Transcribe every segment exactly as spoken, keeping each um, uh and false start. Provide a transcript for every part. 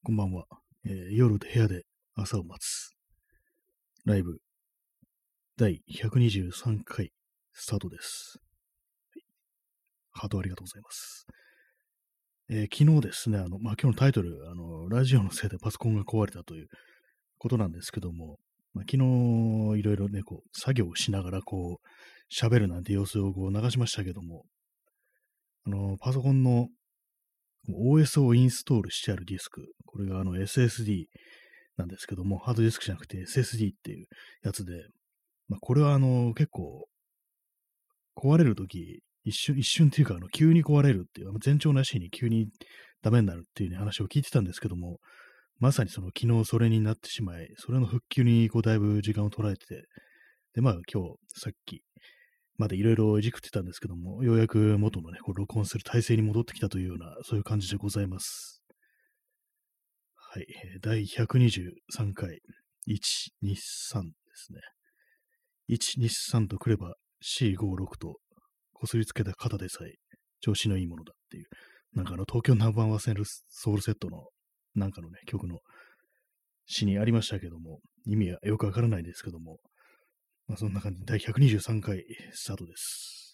こんばんは。えー夜で部屋で朝を待つ。ライブだいひゃくにじゅうさんかいスタートです。ハートありがとうございます。えー昨日ですね、あの、まあ、今日のタイトル、あの、ラジオのせいでパソコンが壊れたということなんですけども、まあ、昨日いろいろね、こう、作業をしながらこう、喋るなんて様子をこう流しましたけども、あの、パソコンの オーエス をインストールしてあるディスク、これがあの エスエスディー なんですけども、ハードディスクじゃなくて エスエスディー っていうやつで、まあ、これはあの、結構壊れるとき、一瞬、一瞬っていうか、あの、急に壊れるっていう、あの前兆なしに急にダメになるっていうね、話を聞いてたんですけども、まさにその昨日それになってしまい、それの復旧にこうだいぶ時間を取られてて、で、まあ今日、さっきまでいろいろいじくってたんですけども、ようやく元のね、こう録音する体制に戻ってきたというような、そういう感じでございます。はい、えーだいひゃくにじゅうさんかい、いち、に、さんですね。いち、に、さんとくれば シーごじゅうろく とこすりつけた肩でさえ調子のいいものだっていう、なんかあの東京ナンバーワンセルソウルセットのなんかのね、曲の詩にありましたけども、意味はよくわからないですけども、まあそんな感じでだいひゃくにじゅうさんかいスタートです。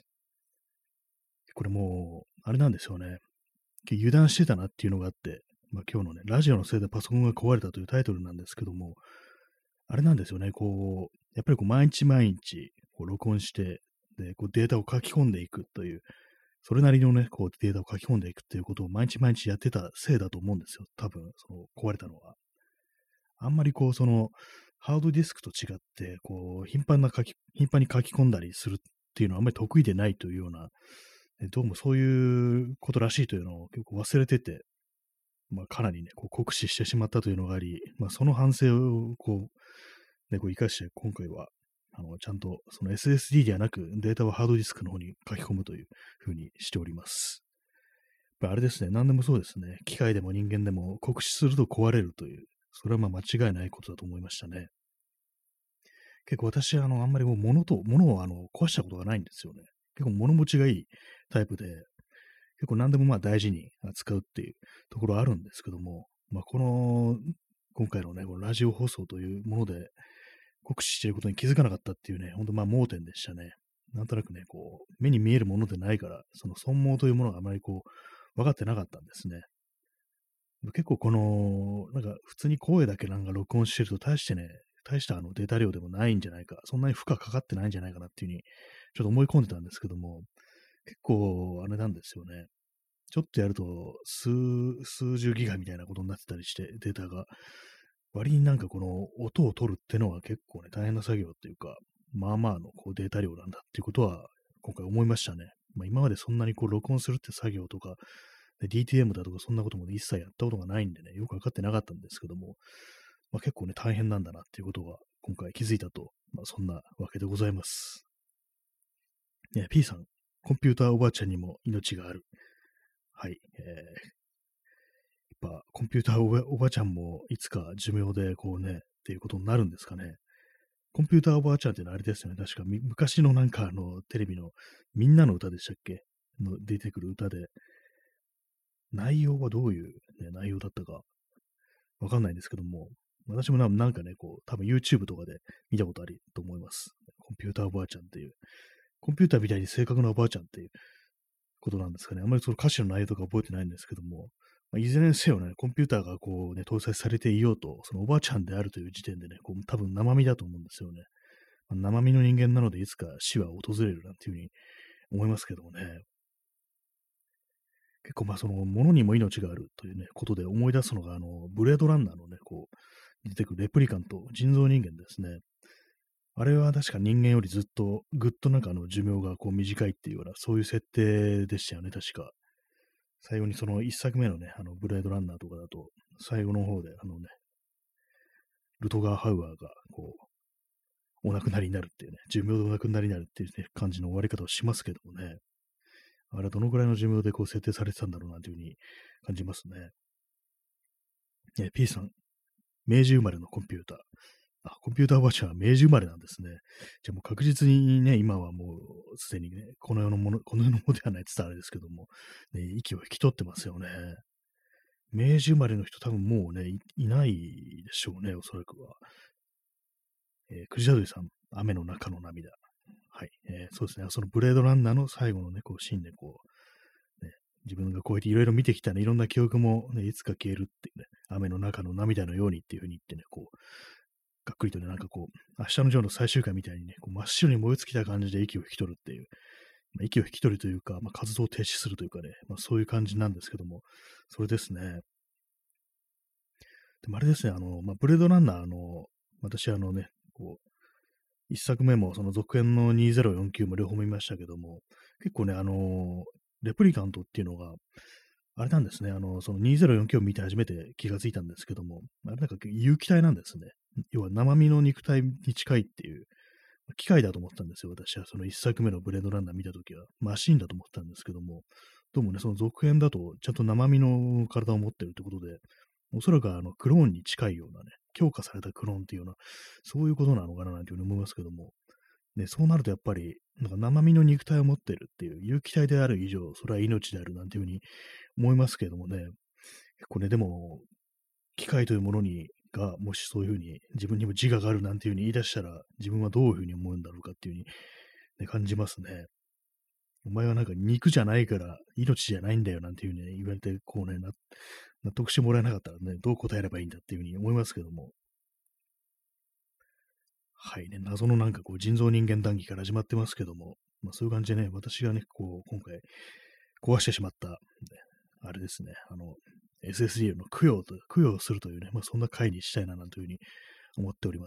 これもう、あれなんですよね。油断してたなっていうのがあって、まあ今日のね、ラジオのせいでパソコンが壊れたというタイトルなんですけども、あれなんですよね、こう、やっぱりこう毎日毎日こう録音して、で、こうデータを書き込んでいくという、それなりのね、こうデータを書き込んでいくっていうことを毎日毎日やってたせいだと思うんですよ。多分、その壊れたのは。あんまりこう、その、ハードディスクと違って、こう、頻繁な書き、頻繁に書き込んだりするっていうのはあんまり得意でないというような、えどうもそういうことらしいというのを結構忘れてて、まあ、かなりね、こう酷使してしまったというのがあり、まあ、その反省をこう、ね、こう生かして今回は、あの、ちゃんとその エスエスディー ではなくデータをハードディスクの方に書き込むというふうにしております。やっぱあれですね、何でもそうですね。機械でも人間でも酷使すると壊れるという、それはまあ間違いないことだと思いましたね。結構私、あの、あんまりもう物と、物をあの壊したことがないんですよね。結構物持ちがいいタイプで、結構何でもまあ大事に扱うっていうところはあるんですけども、まあこの、今回のね、このラジオ放送というもので酷使していることに気づかなかったっていうね、ほんとまあ盲点でしたね。なんとなくね、こう、目に見えるものでないから、その損耗というものがあまりこう、分かってなかったんですね。結構この、なんか普通に声だけなんか録音してると大してね、大したあのデータ量でもないんじゃないか、そんなに負荷かかってないんじゃないかなっていうふうに、ちょっと思い込んでたんですけども、結構あれなんですよね。ちょっとやると数、数十ギガみたいなことになってたりして、データが。割になんかこの音を取るってのは結構ね、大変な作業っていうか、まあまあのこうデータ量なんだっていうことは、今回思いましたね。まあ、今までそんなにこう録音するって作業とか、で ディーティーエム だとかそんなことも一切やったことがないんでね、よくわかってなかったんですけども、まあ、結構ね、大変なんだなっていうことが今回気づいたと、まあ、そんなわけでございます。ね、P さん、コンピューターおばあちゃんにも命がある。はい。えーやっぱコンピューターおばおばちゃんもいつか寿命でこうね、っていうことになるんですかね。コンピューターおばあちゃんっていうのはあれですよね。確かみ昔のなんかあのテレビのみんなの歌でしたっけの出てくる歌で、内容はどういう、ね、内容だったかわかんないんですけども、私もななんかね、こう、多分 YouTube とかで見たことあると思います。コンピューターおばあちゃんっていう。コンピューターみたいに正確なおばあちゃんっていうことなんですかね。あんまりその歌詞の内容とか覚えてないんですけども、まあ、いずれにせよね、コンピューターがこうね、搭載されていようと、そのおばあちゃんであるという時点でね、こう多分生身だと思うんですよね。まあ、生身の人間なので、いつか死は訪れるなんていうふうに思いますけどもね。結構まあその物にも命があるというね、ことで思い出すのが、あの、ブレードランナーのね、こう、出てくるレプリカント、人造人間ですね。あれは確か人間よりずっと、ぐっとなんかあの寿命がこう短いっていうような、そういう設定でしたよね、確か。最後にその一作目のね、あの、ブレードランナーとかだと、最後の方で、あのね、ルトガー・ハウアーが、こう、お亡くなりになるっていうね、寿命でお亡くなりになるっていうね、感じの終わり方をしますけどもね、あれはどのくらいの寿命でこう設定されてたんだろうなというふうに感じますね。え P さん、明治生まれのコンピューター。あ、コンピューターおばあちゃんは明治生まれなんですね。じゃあもう確実にね、今はもうすでにね、この世のもの、この世のものではないって言ったらあれですけども、ね、息を引き取ってますよね。 明治生まれの人多分もうね、い、いないでしょうね、おそらくは。えー、クジラドリさん、雨の中の涙。はい。えーそうですね。そのブレードランナーの最後のね、こう、シーンでこう、ね、自分がこうやっていろいろ見てきたね、いろんな記憶もね、いつか消えるっていうね、雨の中の涙のようにっていう風に言ってね、こう、がっくりとね、なんかこう、明日のジョーの最終回みたいにね、こう真っ白に燃え尽きた感じで息を引き取るっていう、まあ、息を引き取るというか、まあ、活動を停止するというかね、まあ、そういう感じなんですけども、それですね。でもあれですね、あの、まあ、ブレードランナーの、私あのね、こう、一作目もその続編のにせんよんじゅうきゅうも両方見ましたけども、結構ね、あの、レプリカントっていうのが、あれなんですね、あの、そのにせんよんじゅうきゅうを見て初めて気がついたんですけども、あれなんか有機体なんですね。要は生身の肉体に近いっていう、機械だと思ってたんですよ、私は。その一作目のブレードランナー見たときは、マシーンだと思ってたんですけども、どうもね、その続編だと、ちゃんと生身の体を持ってるってことで、おそらくあの、クローンに近いようなね、強化されたクローンっていうような、そういうことなのかななんていうふうに思いますけども、ね、そうなるとやっぱり、なんか生身の肉体を持ってるっていう、有機体である以上、それは命であるなんていうふうに思いますけどもね、結構ね、でも、機械というものに、が、もしそういうふうに自分にも自我があるなんていうふうに言い出したら、自分はどういうふうに思うんだろうかっていうふうに、ね、感じますね。お前はなんか肉じゃないから命じゃないんだよなんていうふうに、ね、言われて、こうね、納得してもらえなかったらね、どう答えればいいんだっていうふうに思いますけども、はいね、謎のなんかこう人造人間談義から始まってますけども、まあそういう感じでね、私がね、こう、今回壊してしまった、ね、あれですね、あの、エスエスディー の供養と、供養するというね、まあそんな回にしたいななんていうふうに思っております。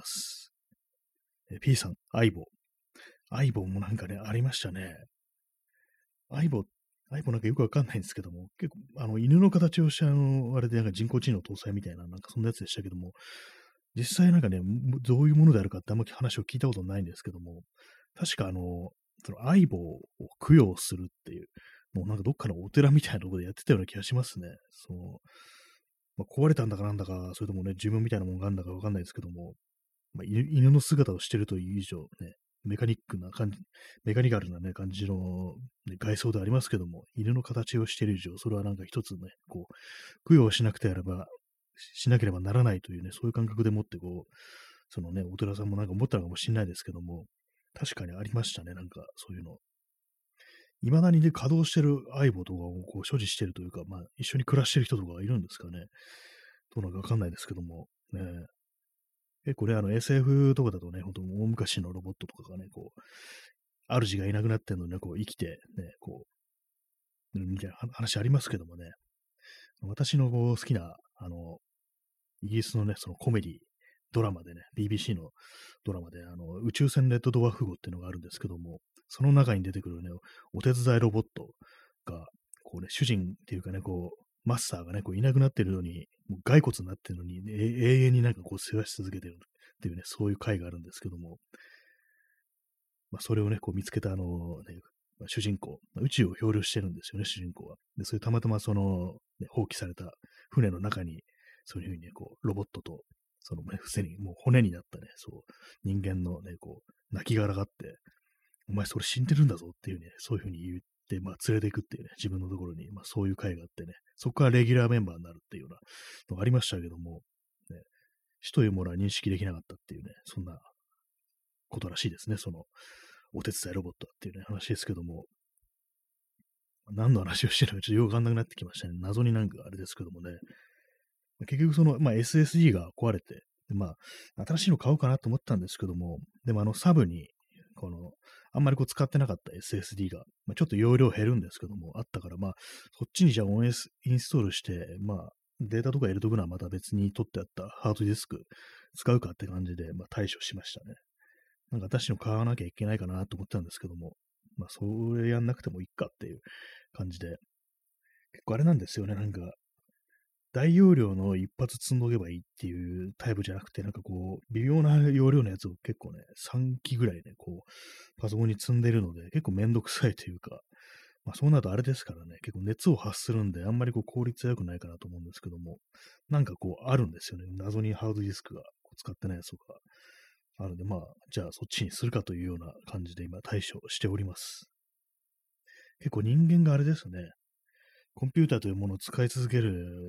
え P さん、相棒。相棒もなんかね、ありましたね。相棒、相棒なんかよくわかんないんですけども、結構、あの、犬の形をしたあの、あれでなんか人工知能搭載みたいな、なんかそんなやつでしたけども、実際なんかね、どういうものであるかってあんまり話を聞いたことないんですけども、確かあの、その相棒を供養するっていう、もうなんかどっかのお寺みたいなところでやってたような気がしますね。その、まあ、壊れたんだかなんだか、それともね、寿命みたいなもんがあるんだかわかんないですけども、まあ、犬犬の姿をしてるという以上ね、メカニックな感じ、メカニカルなね、感じの、ね、外装でありますけども、犬の形をしている以上、それはなんか一つね、こう、供養しなくてあれば、しなければならないというね、そういう感覚でもってこう、そのね、お寺さんもなんか思ったのかもしれないですけども、確かにありましたね、なんかそういうの。未だにね、稼働してる相棒とかをこう所持してるというか、まあ、一緒に暮らしてる人とかいるんですかね。どうなのかわかんないですけども、ね、結構ね、あの エスエフ とかだとね、ほんと大昔のロボットとかがね、こう、主がいなくなってんのにね、こう生きて、ね、こう、みたいな話ありますけどもね、私のこう好きな、あの、イギリスのね、そのコメディ、ドラマでね、ビービーシー のドラマで、あの、宇宙船レッドドワーフ号っていうのがあるんですけども、その中に出てくるね、お手伝いロボットが、こうね、主人っていうかね、こう、マスターがね、こういなくなってるのに、もう骸骨になってるのに、ね、永遠になんかこう世話し続けてるっていうね、そういう回があるんですけども、まあ、それをね、こう見つけたあの、ね、まあ、主人公、まあ宇宙を漂流してるんですよね、主人公は。で、それたまたまその、ね、放棄された船の中に、そういうふうにね、こう、ロボットと、その、ね、伏せに、もう骨になったね、そう、人間のね、こう、亡骸があって、お前それ死んでるんだぞっていうね、そういうふうに言って、まあ、連れていくっていうね、自分のところに、まあ、そういう会があってね、そこからレギュラーメンバーになるっていうようなのがありましたけども、ね、死というものは認識できなかったっていうね、そんなことらしいですね、その、お手伝いロボットっていうね、話ですけども、何の話をしてるのかちょっとよくわかんなくなってきましたね。謎になんかあれですけどもね。結局その、まあ、エスエスディー が壊れて、でまあ、新しいの買おうかなと思ったんですけども、でもあのサブに、この、あんまりこう使ってなかった エスエスディー が、まあ、ちょっと容量減るんですけども、あったから、まあ、そっちにじゃあ オーエス インストールして、まあ、データとか入れとくのはまた別に取ってあったハードディスク使うかって感じで、まあ、対処しましたね。なんか私の買わなきゃいけないかなと思ったんですけども、まあ、それやんなくてもいいかっていう感じで、結構あれなんですよね、なんか、大容量の一発積んどけばいいっていうタイプじゃなくて、なんかこう、微妙な容量のやつを結構ね、さんきぐらいね、こう、パソコンに積んでるので、結構めんどくさいというか、まあそうなるとあれですからね、結構熱を発するんで、あんまりこう効率は良くないかなと思うんですけども、なんかこうあるんですよね。謎にハードディスクがこう使ってないやつとかあるんで、まあ、じゃあそっちにするかというような感じで今対処しております。結構人間があれですね、コンピューターというものを使い続ける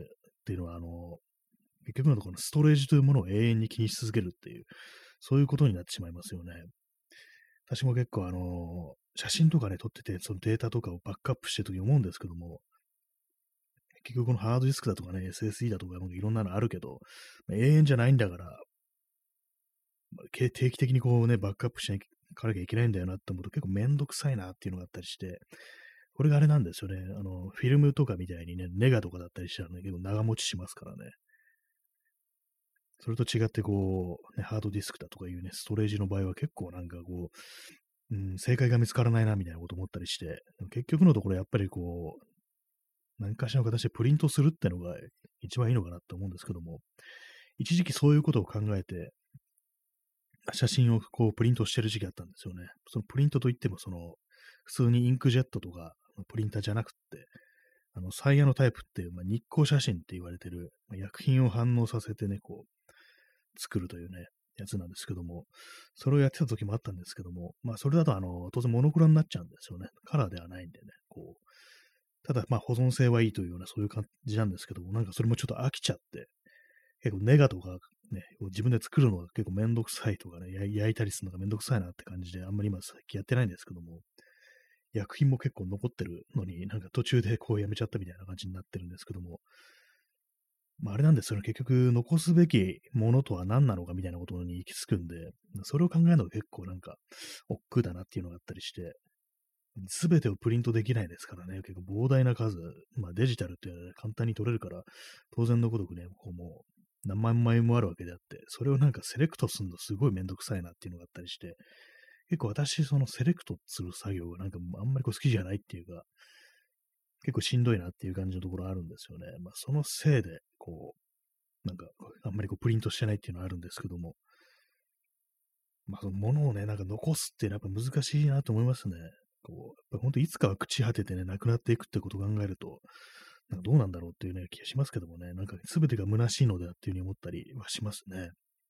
っていうのは、あの、結局のところストレージというものを永遠に気にし続けるっていう、そういうことになってしまいますよね。私も結構あの、写真とかね、撮ってて、そのデータとかをバックアップしてるとき思うんですけども、結局このハードディスクだとかね、エスエスディー だとか、いろんなのあるけど、まあ永遠じゃないんだから、まあけ定期的にこうね、バックアップしなきゃいけないんだよなって思うと結構めんどくさいなっていうのがあったりして、これがあれなんですよね。あの、フィルムとかみたいにね、ネガとかだったりしたらね、結構長持ちしますからね。それと違ってこう、ね、ハードディスクだとかいうね、ストレージの場合は結構なんかこう、うん、正解が見つからないなみたいなこと思ったりして、結局のところやっぱりこう、何かしらの形でプリントするってのが一番いいのかなって思うんですけども、一時期そういうことを考えて、写真をこうプリントしてる時期あったんですよね。そのプリントといっても、その、普通にインクジェットとか、プリンターじゃなくって、あの、サイヤのタイプっていう、まあ、日光写真って言われてる、まあ、薬品を反応させてね、こう、作るというね、やつなんですけども、それをやってた時もあったんですけども、まあ、それだと、あの、当然モノクロになっちゃうんですよね。カラーではないんでね、こう、ただ、まあ、保存性はいいというような、そういう感じなんですけども、なんかそれもちょっと飽きちゃって、結構ネガとかね、自分で作るのが結構めんどくさいとかね、焼焼いたりするのがめんどくさいなって感じで、あんまり今最近やってないんですけども、薬品も結構残ってるのに、なんか途中でこうやめちゃったみたいな感じになってるんですけども、まあ、あれなんですよね、結局残すべきものとは何なのかみたいなことに行き着くんで、それを考えるのが結構なんか、億劫だなっていうのがあったりして、すべてをプリントできないですからね、結構膨大な数、まあデジタルって簡単に取れるから、当然のごとくね、こうもう何万枚もあるわけであって、それをなんかセレクトするのすごいめんどくさいなっていうのがあったりして、結構私、そのセレクトする作業がなんかあんまりこう好きじゃないっていうか、結構しんどいなっていう感じのところあるんですよね。まあそのせいで、こう、なんかあんまりこうプリントしてないっていうのはあるんですけども、まあそのものをね、なんか残すっていうのはやっぱ難しいなと思いますね。こう、やっぱ本当いつかは朽ち果ててね、なくなっていくってことを考えると、なんかどうなんだろうっていうね、気がしますけどもね、なんか全てが虚しいのではっていうふうに思ったりはしますね。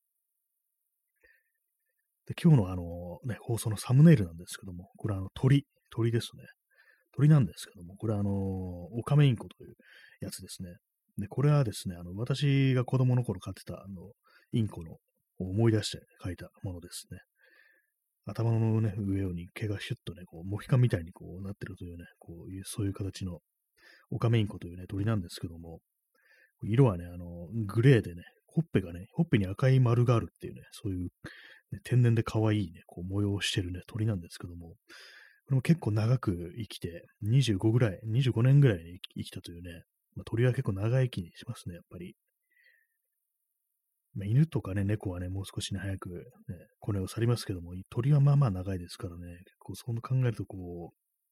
で、今日のあの、ね、放送のサムネイルなんですけども、これはあの鳥、鳥ですね。鳥なんですけども、これはあの、オカメインコというやつですね。で、これはですね、あの、私が子供の頃飼ってた、あの、インコのを思い出して描いたものですね。頭のね、上に毛がシュッとね、こう、モヒカンみたいにこうなってるというね、こういう、そういう形のオカメインコというね、鳥なんですけども、色はね、あの、グレーでね、ほっぺがね、ほっぺに赤い丸があるっていうね、そういう、ね、天然で可愛いね、こう模様をしてるね、鳥なんですけども、これも結構長く生きて、にじゅうごぐらい、にじゅうごねんぐらい生き生きたというね、まあ、鳥は結構長生きにしますね、やっぱり。まあ、犬とかね、猫はね、もう少しね、早く、ね、これを去りますけども、鳥はまあまあ長いですからね、結構そう考えるとこ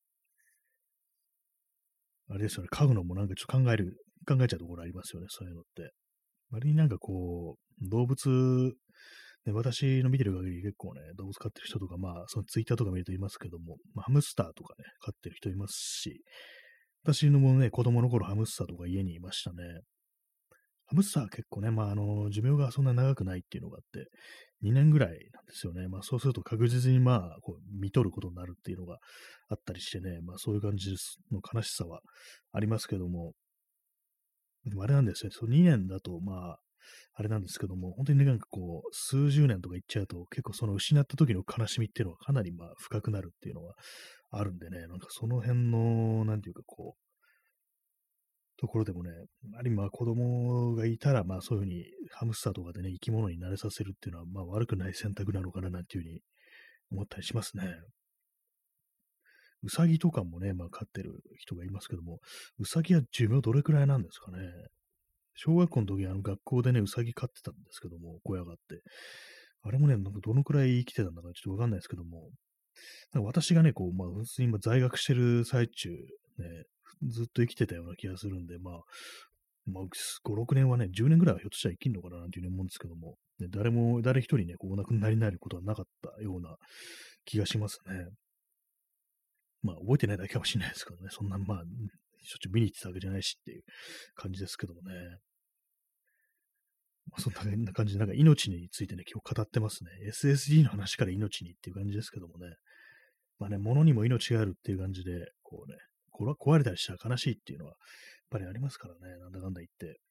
う、あれですよね、飼うのもなんかちょっと考える、考えちゃうところありますよね、そういうのって。割になんかこう、動物、ね、私の見てる限り結構ね、動物飼ってる人とか、まあ、そのツイッターとか見るといますけども、まあ、ハムスターとかね、飼ってる人いますし、私のもね、子供の頃ハムスターとか家にいましたね。ハムスターは結構ね、まあ、あの、寿命がそんな長くないっていうのがあって、にねんぐらいなんですよね。まあ、そうすると確実にまあ、こう、見とることになるっていうのがあったりしてね、まあ、そういう感じの悲しさはありますけども、でもあれなんですよね、そのにねんだと、まあ、あれなんですけども、本当にね、なんかこう、数十年とかいっちゃうと、結構その失った時の悲しみっていうのはかなりまあ深くなるっていうのはあるんでね、なんかその辺の、なんていうかこう、ところでもね、ある意味まあ子供がいたら、まあそういうふうにハムスターとかでね、生き物に慣れさせるっていうのは、まあ悪くない選択なのかななんていうふうに思ったりしますね。うさぎとかもね、まあ飼ってる人がいますけども、うさぎは寿命どれくらいなんですかね。小学校の時、あの学校でね、うさぎ飼ってたんですけども、小屋があって。あれもね、なんかどのくらい生きてたんだかちょっとわかんないですけども、なんか私がね、こう、まあ、普通に今在学してる最中、ね、ずっと生きてたような気がするんで、まあ、まあ、ご、ろくねんはね、じゅうねんぐらいはひょっとしたら生きんのかななんていうふうに思うんですけども、ね、誰も、誰一人ね、こうお亡くなりになることはなかったような気がしますね。まあ、覚えてないだけかもしれないですけどね、そんな、まあ、しょっちゅう見に行ってたわけじゃないしっていう感じですけどもね。まあ、そんな感じで、なんか命についてね、今日語ってますね。エスエスディー の話から命にっていう感じですけどもね。まあね、物にも命があるっていう感じで、こうね、これは壊れたりしたら悲しいっていうのは、やっぱりありますからね、なんだかんだ言って。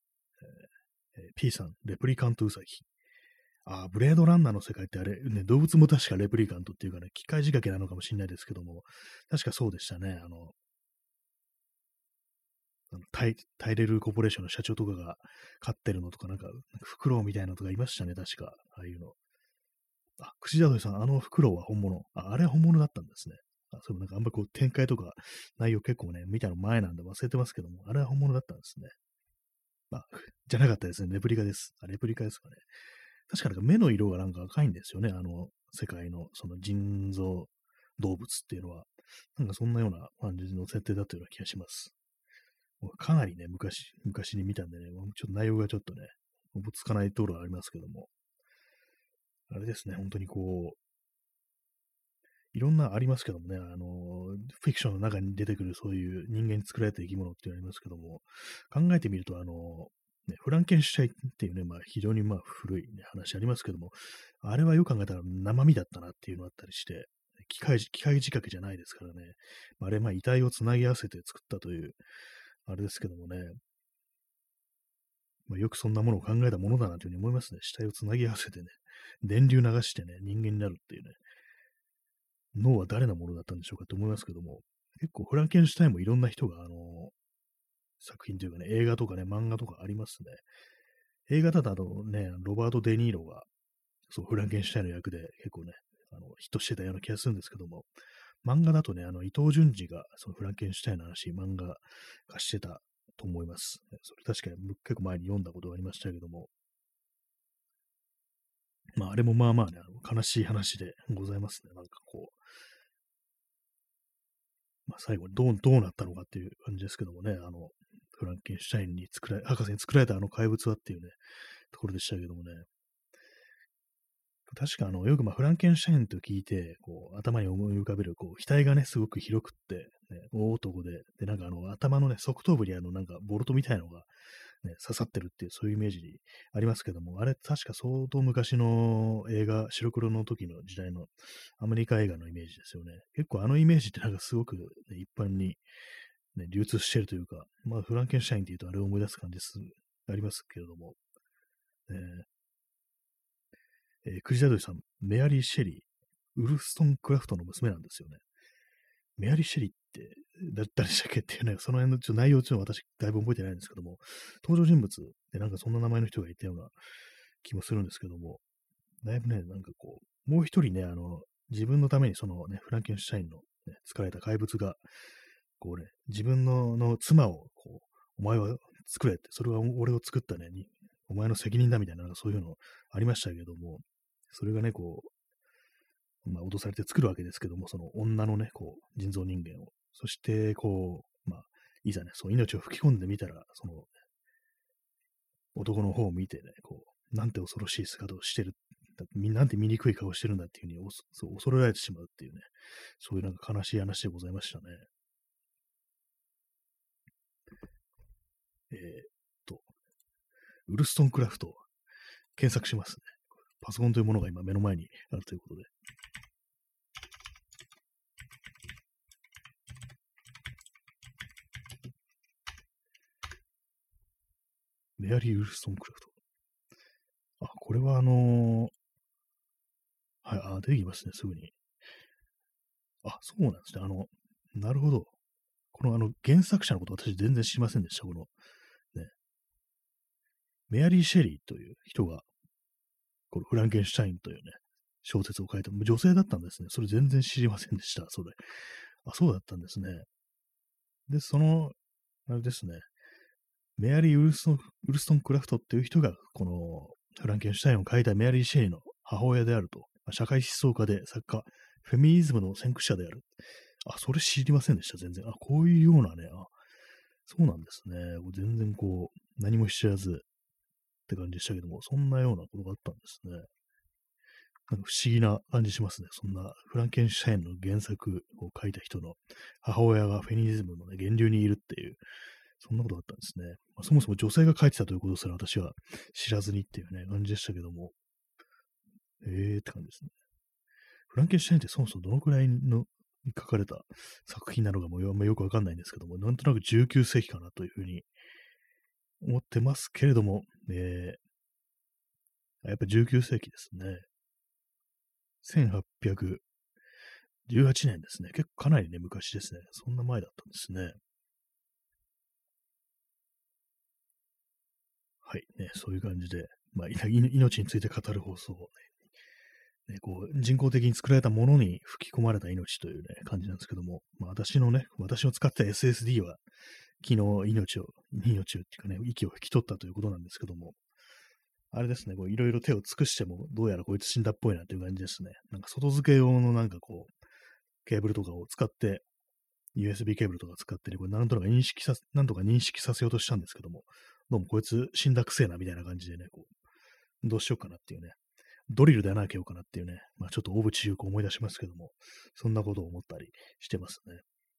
えー、P さん、レプリカントウサギ。ああ、ブレードランナーの世界ってあれ、ね、動物も確かレプリカントっていうかね、機械仕掛けなのかもしれないですけども、確かそうでしたね。あの、あのタイ、タイレルコーポレーションの社長とかが飼ってるのとか、なんか、なんかフクロウみたいなのとかいましたね、確か。ああいうの。あ、串田鳥さん、あのフクロウは本物。あ、あれは本物だったんですね。あ、そう、なんかあんまりこう展開とか内容結構ね、見たの前なんで忘れてますけども、あれは本物だったんですね。あ、じゃなかったですね。レプリカです。あ、レプリカですかね。確かなんか目の色がなんか赤いんですよね。あの、世界のその人造動物っていうのは。なんかそんなような感じの設定だったような気がします。もうかなりね、昔、昔に見たんでね、もうちょっと内容がちょっとね、おぼつかないところはありますけども、あれですね、本当にこう、いろんなありますけどもね、あの、フィクションの中に出てくるそういう人間に作られた生き物っていうのありますけども、考えてみると、あの、ね、フランケンシュタインっていうね、まあ非常にまあ古い、ね、話ありますけども、あれはよく考えたら生身だったなっていうのがあったりして、機械、機械仕掛けじゃないですからね、あれ、まあ遺体をつなぎ合わせて作ったという、あれですけどもね、まあ、よくそんなものを考えたものだなというふうに思いますね。死体をつなぎ合わせてね、電流流してね、人間になるっていうね、脳は誰のものだったんでしょうかと思いますけども、結構フランケンシュタインもいろんな人が、あの、作品というかね、映画とかね、漫画とかありますね。映画だとあのね、ロバート・デ・ニーロが、そう、フランケンシュタインの役で結構ね、あの、ヒットしてたような気がするんですけども、漫画だとね、あの、伊藤潤二が、そのフランケンシュタインの話、漫画化してたと思います。それ確かに結構前に読んだことがありましたけども、まあ、あれもまあまあね、あの悲しい話でございますね。なんかこう、まあ、最後にどう、どうなったのかっていう感じですけどもね、あの、フランケンシュタインに作られ、博士に作られたあの怪物はっていうね、ところでしたけどもね、確かあの、よくまあフランケンシュタインと聞いて、こう、頭に思い浮かべる、こう、額がね、すごく広くって、ね、大男で、で、なんかあの、頭のね、側頭部にあの、なんか、ボルトみたいなのが、ね、刺さってるっていう、そういうイメージありますけども、あれ、確か相当昔の映画、白黒の時の時代のアメリカ映画のイメージですよね。結構あのイメージってなんかすごく、ね、一般に、ね、流通してるというか、まあ、フランケンシュタインっていうとあれを思い出す感じです、ありますけれども、えーえー、クリジャドリさん、メアリー・シェリー、ウルストン・クラフトの娘なんですよね。メアリー・シェリーってだ誰でしたっけっていうね、その辺のちょっと内容ちょっと私だいぶ覚えてないんですけども、登場人物でなんかそんな名前の人がいたような気もするんですけども、だいぶね、なんかこう、もう一人ね、あの、自分のためにそのね、フランケンシュタインの、ね、作られた怪物が、こうね、自分のの妻を、こう、お前は作れって、それは俺を作ったね、にお前の責任だみたいな、なんかそういうのありましたけども、それがね、こう、まあ、脅されて作るわけですけども、その女のね、こう、人造人間を。そして、こう、まあ、いざね、そう命を吹き込んでみたら、その男の方を見てね、こう、なんて恐ろしい姿をしてる、だみなんて醜い顔してるんだっていうふうにおそう恐れられてしまうっていうね、そういうなんか悲しい話でございましたね。えーっと、ウルストンクラフト、検索しますね。パソコンというものが今目の前にあるということで。メアリー・ウルストンクラフト。あ、これはあのーはい、あ、出てきますね、すぐに。あ、そうなんですね。あの、なるほど。このあの原作者のこと私全然知りませんでした。この、ね、メアリー・シェリーという人が、このフランケンシュタインというね、小説を書いた、女性だったんですね。それ全然知りませんでした。それ。あ、そうだったんですね。で、その、あれですね、メアリー・ウルストン・ウルストンクラフトっていう人が、このフランケンシュタインを書いたメアリー・シェリーの母親であると、社会思想家で作家、フェミニズムの先駆者である。あ、それ知りませんでした、全然。あ、こういうようなね、あ、そうなんですね。全然こう、何も知らずって感じでしたけども、そんなようなことがあったんですね。なんか不思議な感じしますね。そんなフランケンシュタインの原作を書いた人の母親がフェミニズムの、ね、源流にいるっていう、そんなことがあったんですね。まあ、そもそも女性が書いてたということすら私は知らずにっていうね、感じでしたけども、えーって感じですね。フランケンシュタインってそもそもどのくらいの書かれた作品なのかもよ、まあ、よくわかんないんですけども、なんとなくじゅうきゅう世紀かなというふうに思ってますけれども、えー、やっぱじゅうきゅう世紀ですね。せんはっぴゃくじゅうはちねんですね。結構かなりね、昔ですね。そんな前だったんですね。はい。ね、そういう感じで、まあ、い命について語る放送をね、こう、人工的に作られたものに吹き込まれた命というね、感じなんですけども、まあ、私のね、私を使った エスエスディー は、昨日命を、命をっていうかね、息を引き取ったということなんですけども、あれですね、こういろいろ手を尽くしても、どうやらこいつ死んだっぽいなという感じですね。なんか外付け用のなんかこう、ケーブルとかを使って、ユーエスビー ケーブルとか使ってね、これなんとか認識さ、なんとか認識させようとしたんですけども、どうもこいつ死んだくせえなみたいな感じでね、こう、どうしようかなっていうね、ドリルで穴開けようかなっていうね、まあちょっと大淵優子を思い出しますけども、そんなことを思ったりしてますね。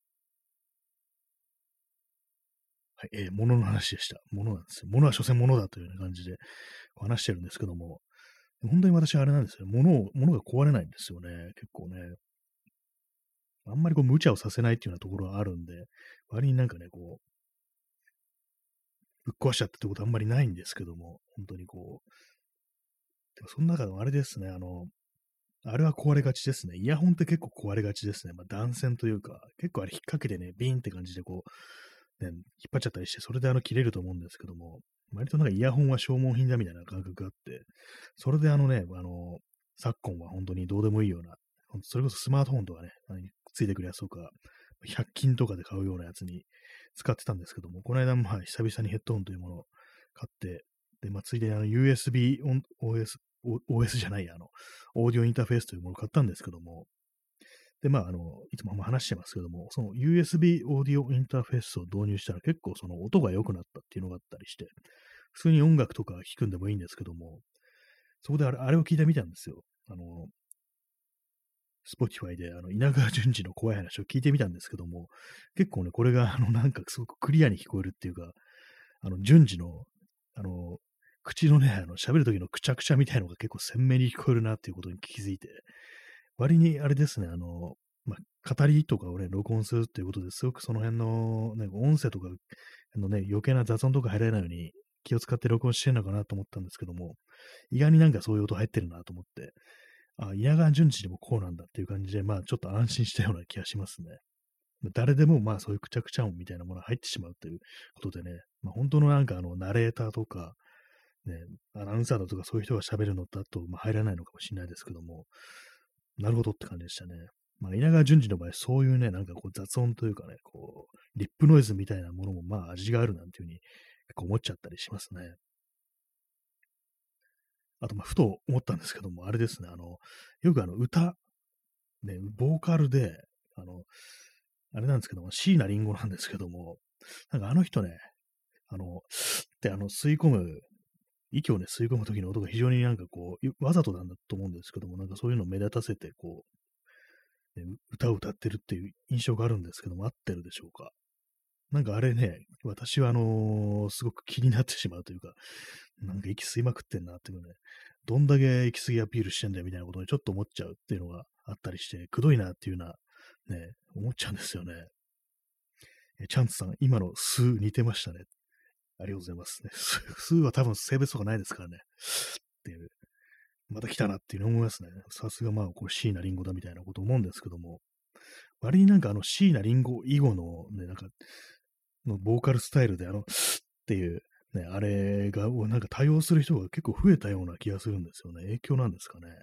はい、えー、物の話でした。物なんですよ。物は所詮物だというような感じで話してるんですけども、本当に私はあれなんですよ。物を、物が壊れないんですよね。結構ね。あんまりこう無茶をさせないっていうようなところがあるんで、割になんかね、こう、ぶっ壊しちゃったってことはあんまりないんですけども、本当にこう、でもその中でもあれですね、あの、あれは壊れがちですね。イヤホンって結構壊れがちですね。まあ、断線というか、結構あれ引っ掛けてね、ビーンって感じでこう、ね、引っ張っちゃったりして、それであの切れると思うんですけども、割となんかイヤホンは消耗品だみたいな感覚があって、それであのね、あの、昨今は本当にどうでもいいような、ほんとそれこそスマートフォンとかね、あのついてくるやつとか、ひゃく均とかで買うようなやつに使ってたんですけども、この間もまあ久々にヘッドホンというものを買って、で、まあ、ついでにあの ユーエスビー オン オーエス、オーエス じゃないや、あの、オーディオインターフェースというものを買ったんですけども、で、まあ、あの、いつも話してますけども、その ユーエスビー オーディオインターフェースを導入したら結構その音が良くなったっていうのがあったりして、普通に音楽とか聴くんでもいいんですけども、そこであれあれを聞いてみたんですよ。あの、Spotify であの稲川淳二の怖い話を聞いてみたんですけども、結構ね、これがあのなんかすごくクリアに聞こえるっていうか、あの、淳二の、あの、口のね、あの、喋る時のくちゃくちゃみたいのが結構鮮明に聞こえるなっていうことに気づいて、割にあれですね、あの、まあ、語りとかをね、録音するっていうことですごくその辺の、ね、音声とかのね、余計な雑音とか入らないように気を使って録音してるのかなと思ったんですけども、意外になんかそういう音入ってるなと思って、あ、稲川淳二でもこうなんだっていう感じで、まあちょっと安心したような気がしますね。誰でもまあそういうくちゃくちゃ音みたいなものが入ってしまうということでね、まあ、本当のなんかあのナレーターとか、ね、アナウンサーだとかそういう人が喋るのだと、まあ、入らないのかもしれないですけども、なるほどって感じでしたね。まあ、稲川淳二の場合、そういうね、なんかこう雑音というかね、こう、リップノイズみたいなものもまあ味があるなんていうふうに結構思っちゃったりしますね。あと、まあ、ふと思ったんですけども、あれですね、あの、よくあの歌、ね、ボーカルで、あの、あれなんですけども、椎名林檎なんですけども、なんかあの人ね、あの、ってあの、吸い込む、息をね、吸い込む時の音が非常になんかこう、わざとなんだと思うんですけども、なんかそういうのを目立たせて、こう、ね、歌を歌ってるっていう印象があるんですけども、合ってるでしょうか。なんかあれね、私はあのーすごく気になってしまうというか、なんか息吸いまくってんなっていうのね、どんだけ息吸いアピールしてんだよみたいなことにちょっと思っちゃうっていうのがあったりして、くどいなっていうような、ね、思っちゃうんですよね。えチャンツさん、今の吸似てましたね。ありがとうございますね。吸は多分性別とかないですからね。っていう、また来たなっていうのを思いますね。さすがまあ、これ椎名林檎だみたいなこと思うんですけども、割になんかあの椎名林檎以後のね、なんか、のボーカルスタイルであの、っていう、ね、あれが、なんか多用する人が結構増えたような気がするんですよね。影響なんですかね。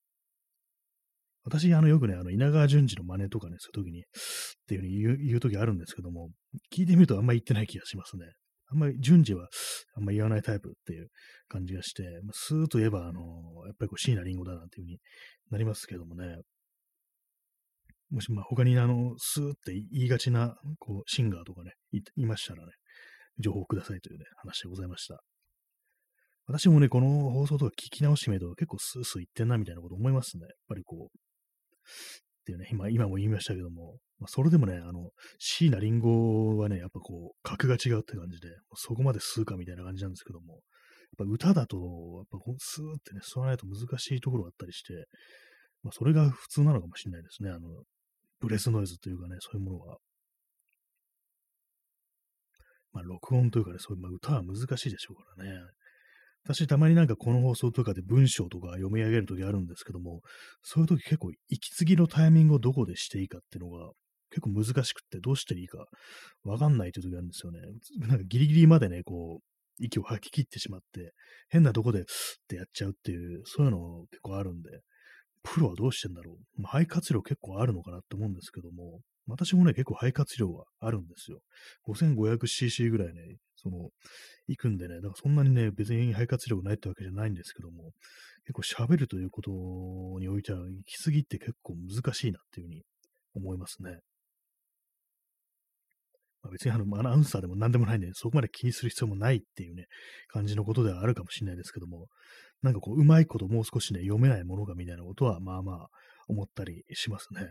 私、あの、よくね、あの、稲川淳二の真似とかね、そういう時に、っていうふうに言う、言う時あるんですけども、聞いてみるとあんまり言ってない気がしますね。あんまり順次はあんまり言わないタイプっていう感じがして、まあ、スーといえば、あのやっぱりこう椎名林檎だなっていう風になりますけどもね、もしまあ他にあの、スーって言いがちなこうシンガーとかね、い、いましたらね、情報くださいというね、話でございました。私もね、この放送とか聞き直してみると結構スースー言ってんなみたいなこと思いますね。やっぱりこう、っていうね、今、今も言いましたけども、まあ、それでもね、あの、椎名林檎はね、やっぱこう、格が違うって感じで、そこまで吸うかみたいな感じなんですけども、やっぱ歌だと、やっぱこうスーってね、吸わないと難しいところがあったりして、まあ、それが普通なのかもしれないですね。あの、ブレスノイズというかね、そういうものは。 まあ、録音というかね、そういう、まあ、歌は難しいでしょうからね。私、たまになんかこの放送とかで文章とか読み上げるときあるんですけども、そういうとき結構息継ぎのタイミングをどこでしていいかっていうのが結構難しくってどうしていいかわかんないというときあるんですよね。なんかギリギリまでね、こう、息を吐き切ってしまって、変なとこでってやっちゃうっていう、そういうの結構あるんで、プロはどうしてんだろう。まあ、肺活量結構あるのかなって思うんですけども、私もね、結構肺活量はあるんですよ。ごせんごひゃくシーシー ぐらいね、その、行くんでね、だからそんなにね、別に肺活量がないってわけじゃないんですけども、結構喋るということにおいては、行き過ぎって結構難しいなっていうふうに思いますね。まあ、別にあの、アナウンサーでも何でもないんで、そこまで気にする必要もないっていうね、感じのことではあるかもしれないですけども、なんかこう、うまいこともう少しね、読めないものがみたいなことは、まあまあ、思ったりしますね。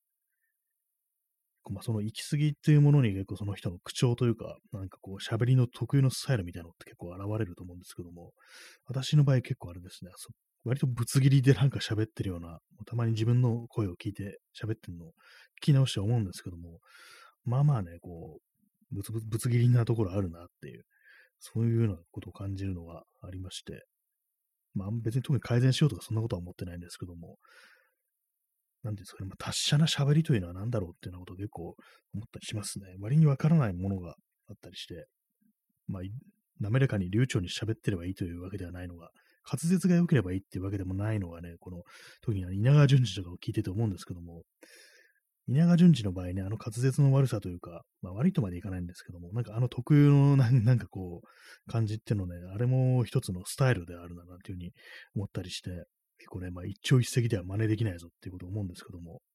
まあ、その行き過ぎっていうものに結構その人の口調というか、なんかこう喋りの特有のスタイルみたいなのって結構現れると思うんですけども、私の場合結構あれですね、そ割とぶつ切りでなんか喋ってるような、たまに自分の声を聞いて喋ってるのを聞き直して思うんですけども、まあまあね、こう、ぶつぶつぶつ切りなところあるなっていう、そういうようなことを感じるのがありまして、まあ別に特に改善しようとかそんなことは思ってないんですけども、なんていうんですかね、まあ、達者な喋りというのは何だろうっていうようなことを結構思ったりしますね。割にわからないものがあったりして、まあ、い滑らかに流暢に喋ってればいいというわけではないのが、滑舌が良ければいいっていうわけでもないのがね、この、特にあの稲川淳二とかを聞いてて思うんですけども、稲川淳二の場合ね、あの滑舌の悪さというか、まあ悪いとまでいかないんですけども、なんかあの特有のなんなんかこう、感じっていうのね、あれも一つのスタイルであるな、なんていうふうに思ったりして、結構ね、まあ一朝一夕では真似できないぞっていうことを思うんですけども、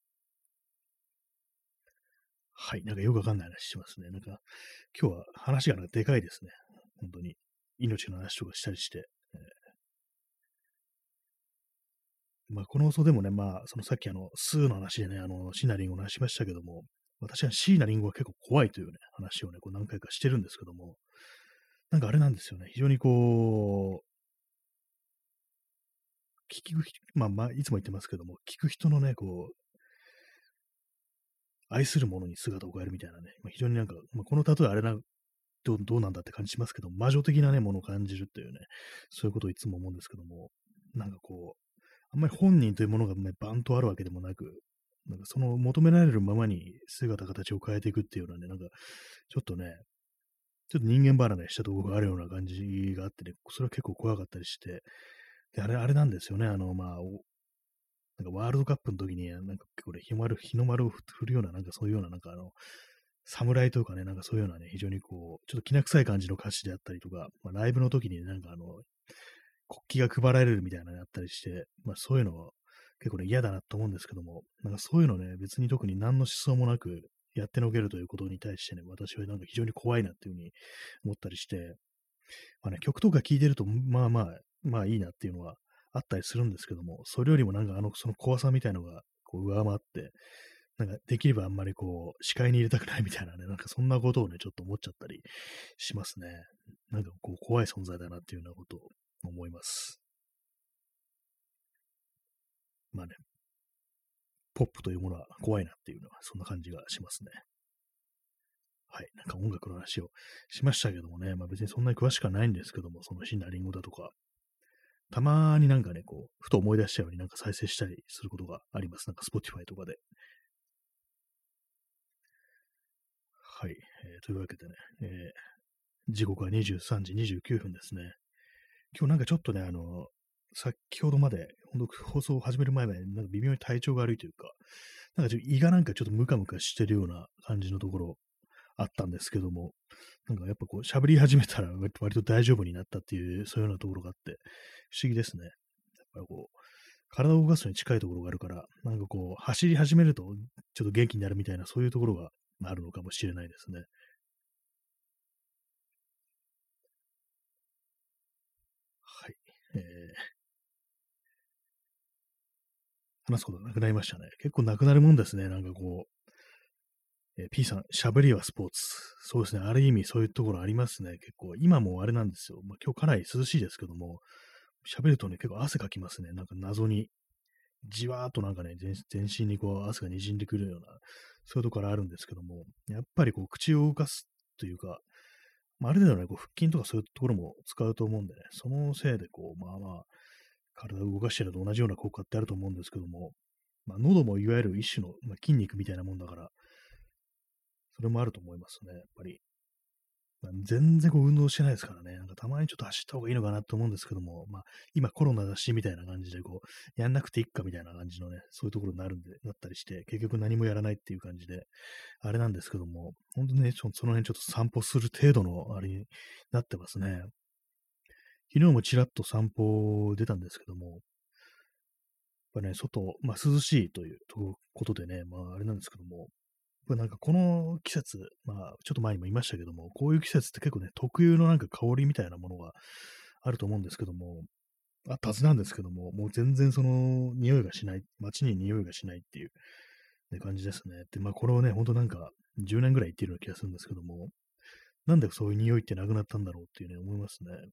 はい、なんかよくわかんない話してますね。なんか、今日は話がなんかでかいですね。本当に。命の話とかしたりして。えーまあ、この放送でもね、まあ、そのさっきあの、数の話でね、あの、シナリンゴの話しましたけども、私はシーナリンゴが結構怖いというね、話をね、こう何回かしてるんですけども、なんかあれなんですよね。非常にこう、聞く人、まあまあ、いつも言ってますけども、聞く人のね、こう、愛するものに姿を変えるみたいなね、まあ、非常になんか、まあ、この例えあれなどうどうなんだって感じしますけど、魔女的なね、ものを感じるっていうね、そういうことをいつも思うんですけども、なんかこう、あんまり本人というものがね、バンとあるわけでもなく、なんかその求められるままに姿形を変えていくっていうようなね、なんか、ちょっとね、ちょっと人間離れしたところがあるような感じがあってね、それは結構怖かったりして、で、あれ、あれなんですよね、あの、まあ、おなんかワールドカップの時に、なんか結構ね、日の丸、日の丸を振るような、なんかそういうような、なんかあの、侍とかね、なんかそういうようなね、非常にこう、ちょっときな臭い感じの歌詞であったりとか、まあ、ライブの時になんかあの、国旗が配られるみたいなのがあったりして、まあそういうのは結構ね、嫌だなと思うんですけども、なんかそういうのね、別に特に何の思想もなくやってのけるということに対してね、私はなんか非常に怖いなっていうふうに思ったりして、まあね、曲とか聴いてると、まあまあ、まあいいなっていうのはあったりするんですけども、それよりもなんかあの、その怖さみたいのがこう上回って、なんかできればあんまりこう、視界に入れたくないみたいなね、なんかそんなことをね、ちょっと思っちゃったりしますね。なんかこう、怖い存在だなっていうようなことを思います。まあね、ポップというものは怖いなっていうのは、そんな感じがしますね。はい。なんか音楽の話をしましたけどもね、まあ別にそんなに詳しくはないんですけども、そのシンナリンゴだとか、たまになんかね、こう、ふと思い出したようになんか再生したりすることがあります。なんか Spotify とかで。はい。えーというわけでね、えー時刻はにじゅうさんじにじゅうきゅうふんですね。今日なんかちょっとね、あの、先ほどまで、本当放送を始める前まで、なんか微妙に体調が悪いというか、なんかちょっと胃がなんかちょっとムカムカしてるような感じのところあったんですけども、なんかやっぱこう喋り始めたら割と割と大丈夫になったっていう、そういうようなところがあって、不思議ですね。やっぱりこう、体を動かすのに近いところがあるから、なんかこう、走り始めるとちょっと元気になるみたいな、そういうところがあるのかもしれないですね。はい。えー、話すことがなくなりましたね。結構なくなるもんですね。なんかこう、えー P さん、喋りはスポーツ。そうですね。ある意味そういうところありますね。結構、今もあれなんですよ。まあ、今日かなり涼しいですけども、喋るとね、結構汗かきますね。なんか謎に。じわーっとなんかね、全全身にこう汗が滲んでくるような、そういうところあるんですけども、やっぱりこう口を動かすというか、 まあ、ある程度ね、こう腹筋とかそういうところも使うと思うんでね、そのせいで、こう、まあまあ、体を動かしてると同じような効果ってあると思うんですけども、まあ、喉もいわゆる一種の、まあ、筋肉みたいなもんだから、それもあると思いますね、やっぱり。まあ、全然こう運動してないですからね、なんかたまにちょっと走った方がいいのかなと思うんですけども、まあ、今コロナだしみたいな感じで、こう、やんなくていいかみたいな感じのね、そういうところになるんで、なったりして、結局何もやらないっていう感じで、あれなんですけども、本当にね、ちょその辺ちょっと散歩する程度のあれになってますね。昨日もちらっと散歩出たんですけども、やっぱね、外、まあ涼しいというとことでね、まああれなんですけども、ぱなんかこの季節、まあ、ちょっと前にも言いましたけども、こういう季節って結構ね、特有のなんか香りみたいなものがあると思うんですけども、あったはずなんですけども、もう全然その匂いがしない、街に匂いがしないっていう、ね、感じですね。で、まあこれをね、ほんとなんかじゅうねんぐらい言ってるような気がするんですけども、なんでそういう匂いってなくなったんだろうっていうね、思いますね。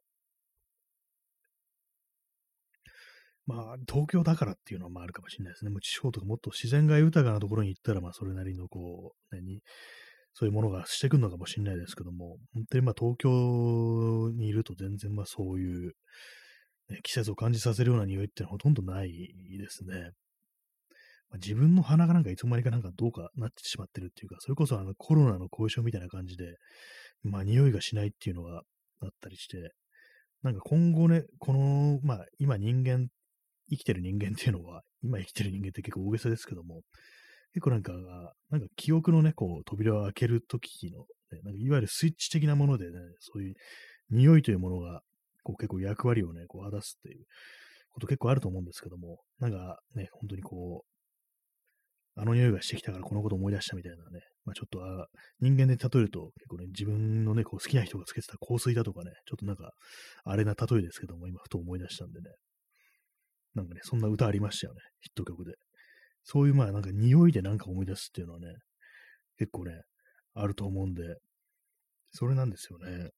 まあ、東京だからっていうのはまああるかもしれないですね。もう地方とかもっと自然が豊かなところに行ったら、まあそれなりのこう、ね、にそういうものがしてくるのかもしれないですけども、本当にまあ東京にいると全然まあそういう、ね、季節を感じさせるような匂いってのはほとんどないですね。まあ、自分の鼻がなんかいつの間にかなんかどうかなってしまってるっていうか、それこそあのコロナの後遺症みたいな感じで、まあ匂いがしないっていうのがあったりして、なんか今後ね、この、まあ今人間、生きてる人間っていうのは、今生きてる人間って結構大げさですけども、結構なんか、なんか記憶のね、こう、扉を開けるときの、ね、なんかいわゆるスイッチ的なものでね、そういう匂いというものが、こう結構役割をね、こう果たすっていうこと結構あると思うんですけども、なんかね、本当にこう、あの匂いがしてきたからこのこと思い出したみたいなね、まあちょっとあ人間で例えると結構ね、自分のね、こう好きな人がつけてた香水だとかね、ちょっとなんか、あれな例えですけども、今ふと思い出したんでね、なんかね、そんな歌ありましたよね、ヒット曲で。そういうまあなんか匂いでなんか思い出すっていうのはね、結構ね、あると思うんで、それなんですよね。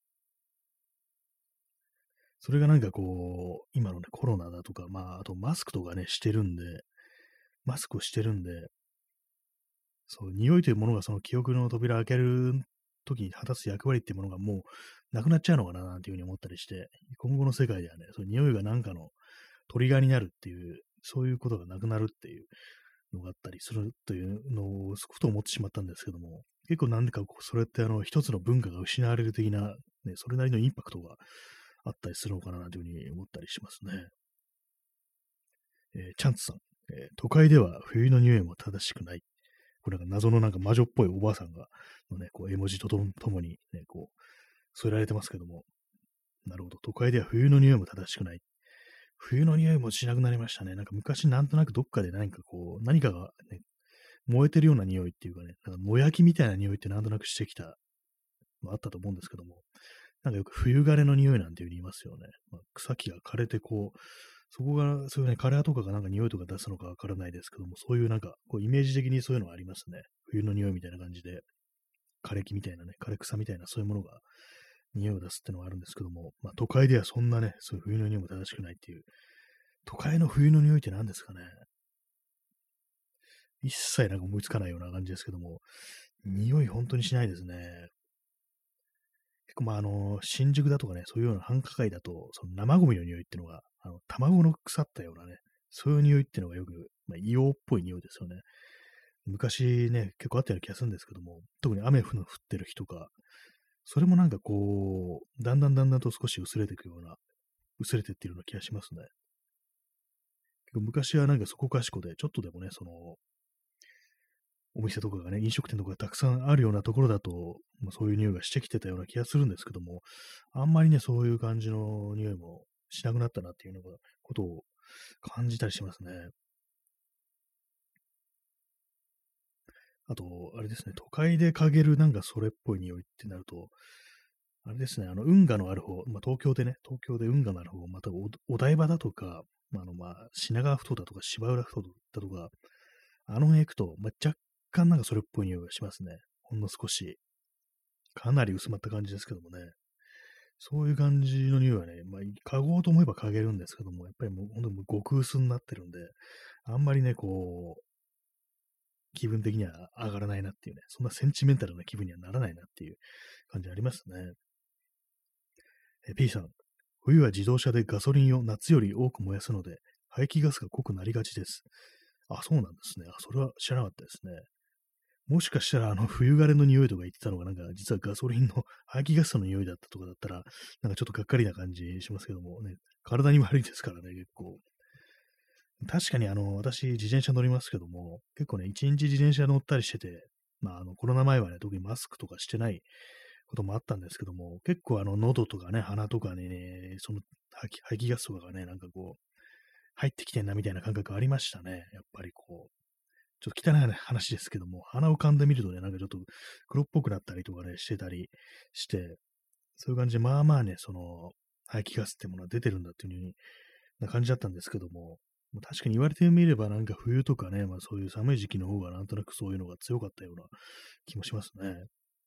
それがなんかこう、今のね、コロナだとか、まあ、あとマスクとかね、してるんで、マスクをしてるんで、そう、匂いというものがその記憶の扉を開ける時に果たす役割っていうものがもうなくなっちゃうのかななんていうふうに思ったりして、今後の世界ではね、その匂いがなんかのトリガーになるっていう、そういうことがなくなるっていうのがあったりするというのを、ふと思ってしまったんですけども、結構なんでかこう、それってあの、一つの文化が失われる的な、ね、それなりのインパクトがあったりするのかなというふうに思ったりしますね。えーチャンツさん、えー都会では冬の匂いも正しくない。これなんか謎のなんか魔女っぽいおばあさんが、のね、こう絵文字ととともにね、こう、添えられてますけども、なるほど。都会では冬の匂いも正しくない。冬の匂いもしなくなりましたね。なんか昔なんとなくどっかで何かこう、何かがね、燃えてるような匂いっていうかね、なんか野焼きみたいな匂いってなんとなくしてきたのあったと思うんですけども、なんかよく冬枯れの匂いなんていう風に言いますよね。まあ、草木が枯れてこう、そこが、そういうね、枯れ葉とかがなんか匂いとか出すのかわからないですけども、そういうなんか、こうイメージ的にそういうのがありますね。冬の匂いみたいな感じで、枯れ木みたいなね、枯れ草みたいなそういうものが匂いを出すってのがあるんですけども、まあ都会ではそんなね、そういう冬の匂いも正しくないっていう、都会の冬の匂いって何ですかね。一切なんか思いつかないような感じですけども、匂い本当にしないですね。結構まああの、新宿だとかね、そういうような繁華街だと、その生ゴミの匂いっていうのが、あの、卵の腐ったようなね、そういう匂いっていうのがよく、まあ、硫黄っぽい匂いですよね。昔ね、結構あったような気がするんですけども、特に雨の降ってる日とか、それもなんかこう、だんだんだんだんと少し薄れていくような、薄れてってるような気がしますね。結構昔はなんかそこかしこで、ちょっとでもね、その、お店とかがね、飲食店とかがたくさんあるようなところだと、まあ、そういう匂いがしてきてたような気がするんですけども、あんまりね、そういう感じの匂いもしなくなったなっていうのが、ことを感じたりしますね。あと、あれですね、都会で嗅げるなんかそれっぽい匂いってなると、あれですね、あの、運河のある方、まあ、東京でね、東京で運河のある方、またおお台場だとか、まあ、あの、まあ、品川不動だとか芝浦不動だとか、あの辺行くと、まあ、若干なんかそれっぽい匂いがしますね。ほんの少し。かなり薄まった感じですけどもね。そういう感じの匂いはね、まあ、嗅ごうと思えば嗅げるんですけども、やっぱりもう本当にもう極薄になってるんで、あんまりね、こう、 気分的には上がらないなっていうね、そんなセンチメンタルな気分にはならないなっていう感じありますね。え P さん、冬は自動車でガソリンを夏より多く燃やすので、排気ガスが濃くなりがちです。あ、そうなんですね。あ、それは知らなかったですね。もしかしたら、あの、冬枯れの匂いとか言ってたのが、なんか、実はガソリンの排気ガスの匂いだったとかだったら、なんかちょっとがっかりな感じしますけどもね、体に悪いですからね、結構。確かに、あの、私、自転車乗りますけども、結構ね、一日自転車乗ったりしてて、まあ、あの、コロナ前はね、特にマスクとかしてないこともあったんですけども、結構、あの、喉とかね、鼻とかにね、その排気、排気ガスとかがね、なんかこう、入ってきてんなみたいな感覚ありましたね。やっぱりこう、ちょっと汚い話ですけども、鼻を噛んでみるとね、なんかちょっと黒っぽくなったりとかね、してたりして、そういう感じで、まあまあね、その、排気ガスってものは出てるんだっていう風にな感じだったんですけども、まあ確かに言われてみれば、なんか冬とかね、まあそういう寒い時期の方がなんとなくそういうのが強かったような気もしますね。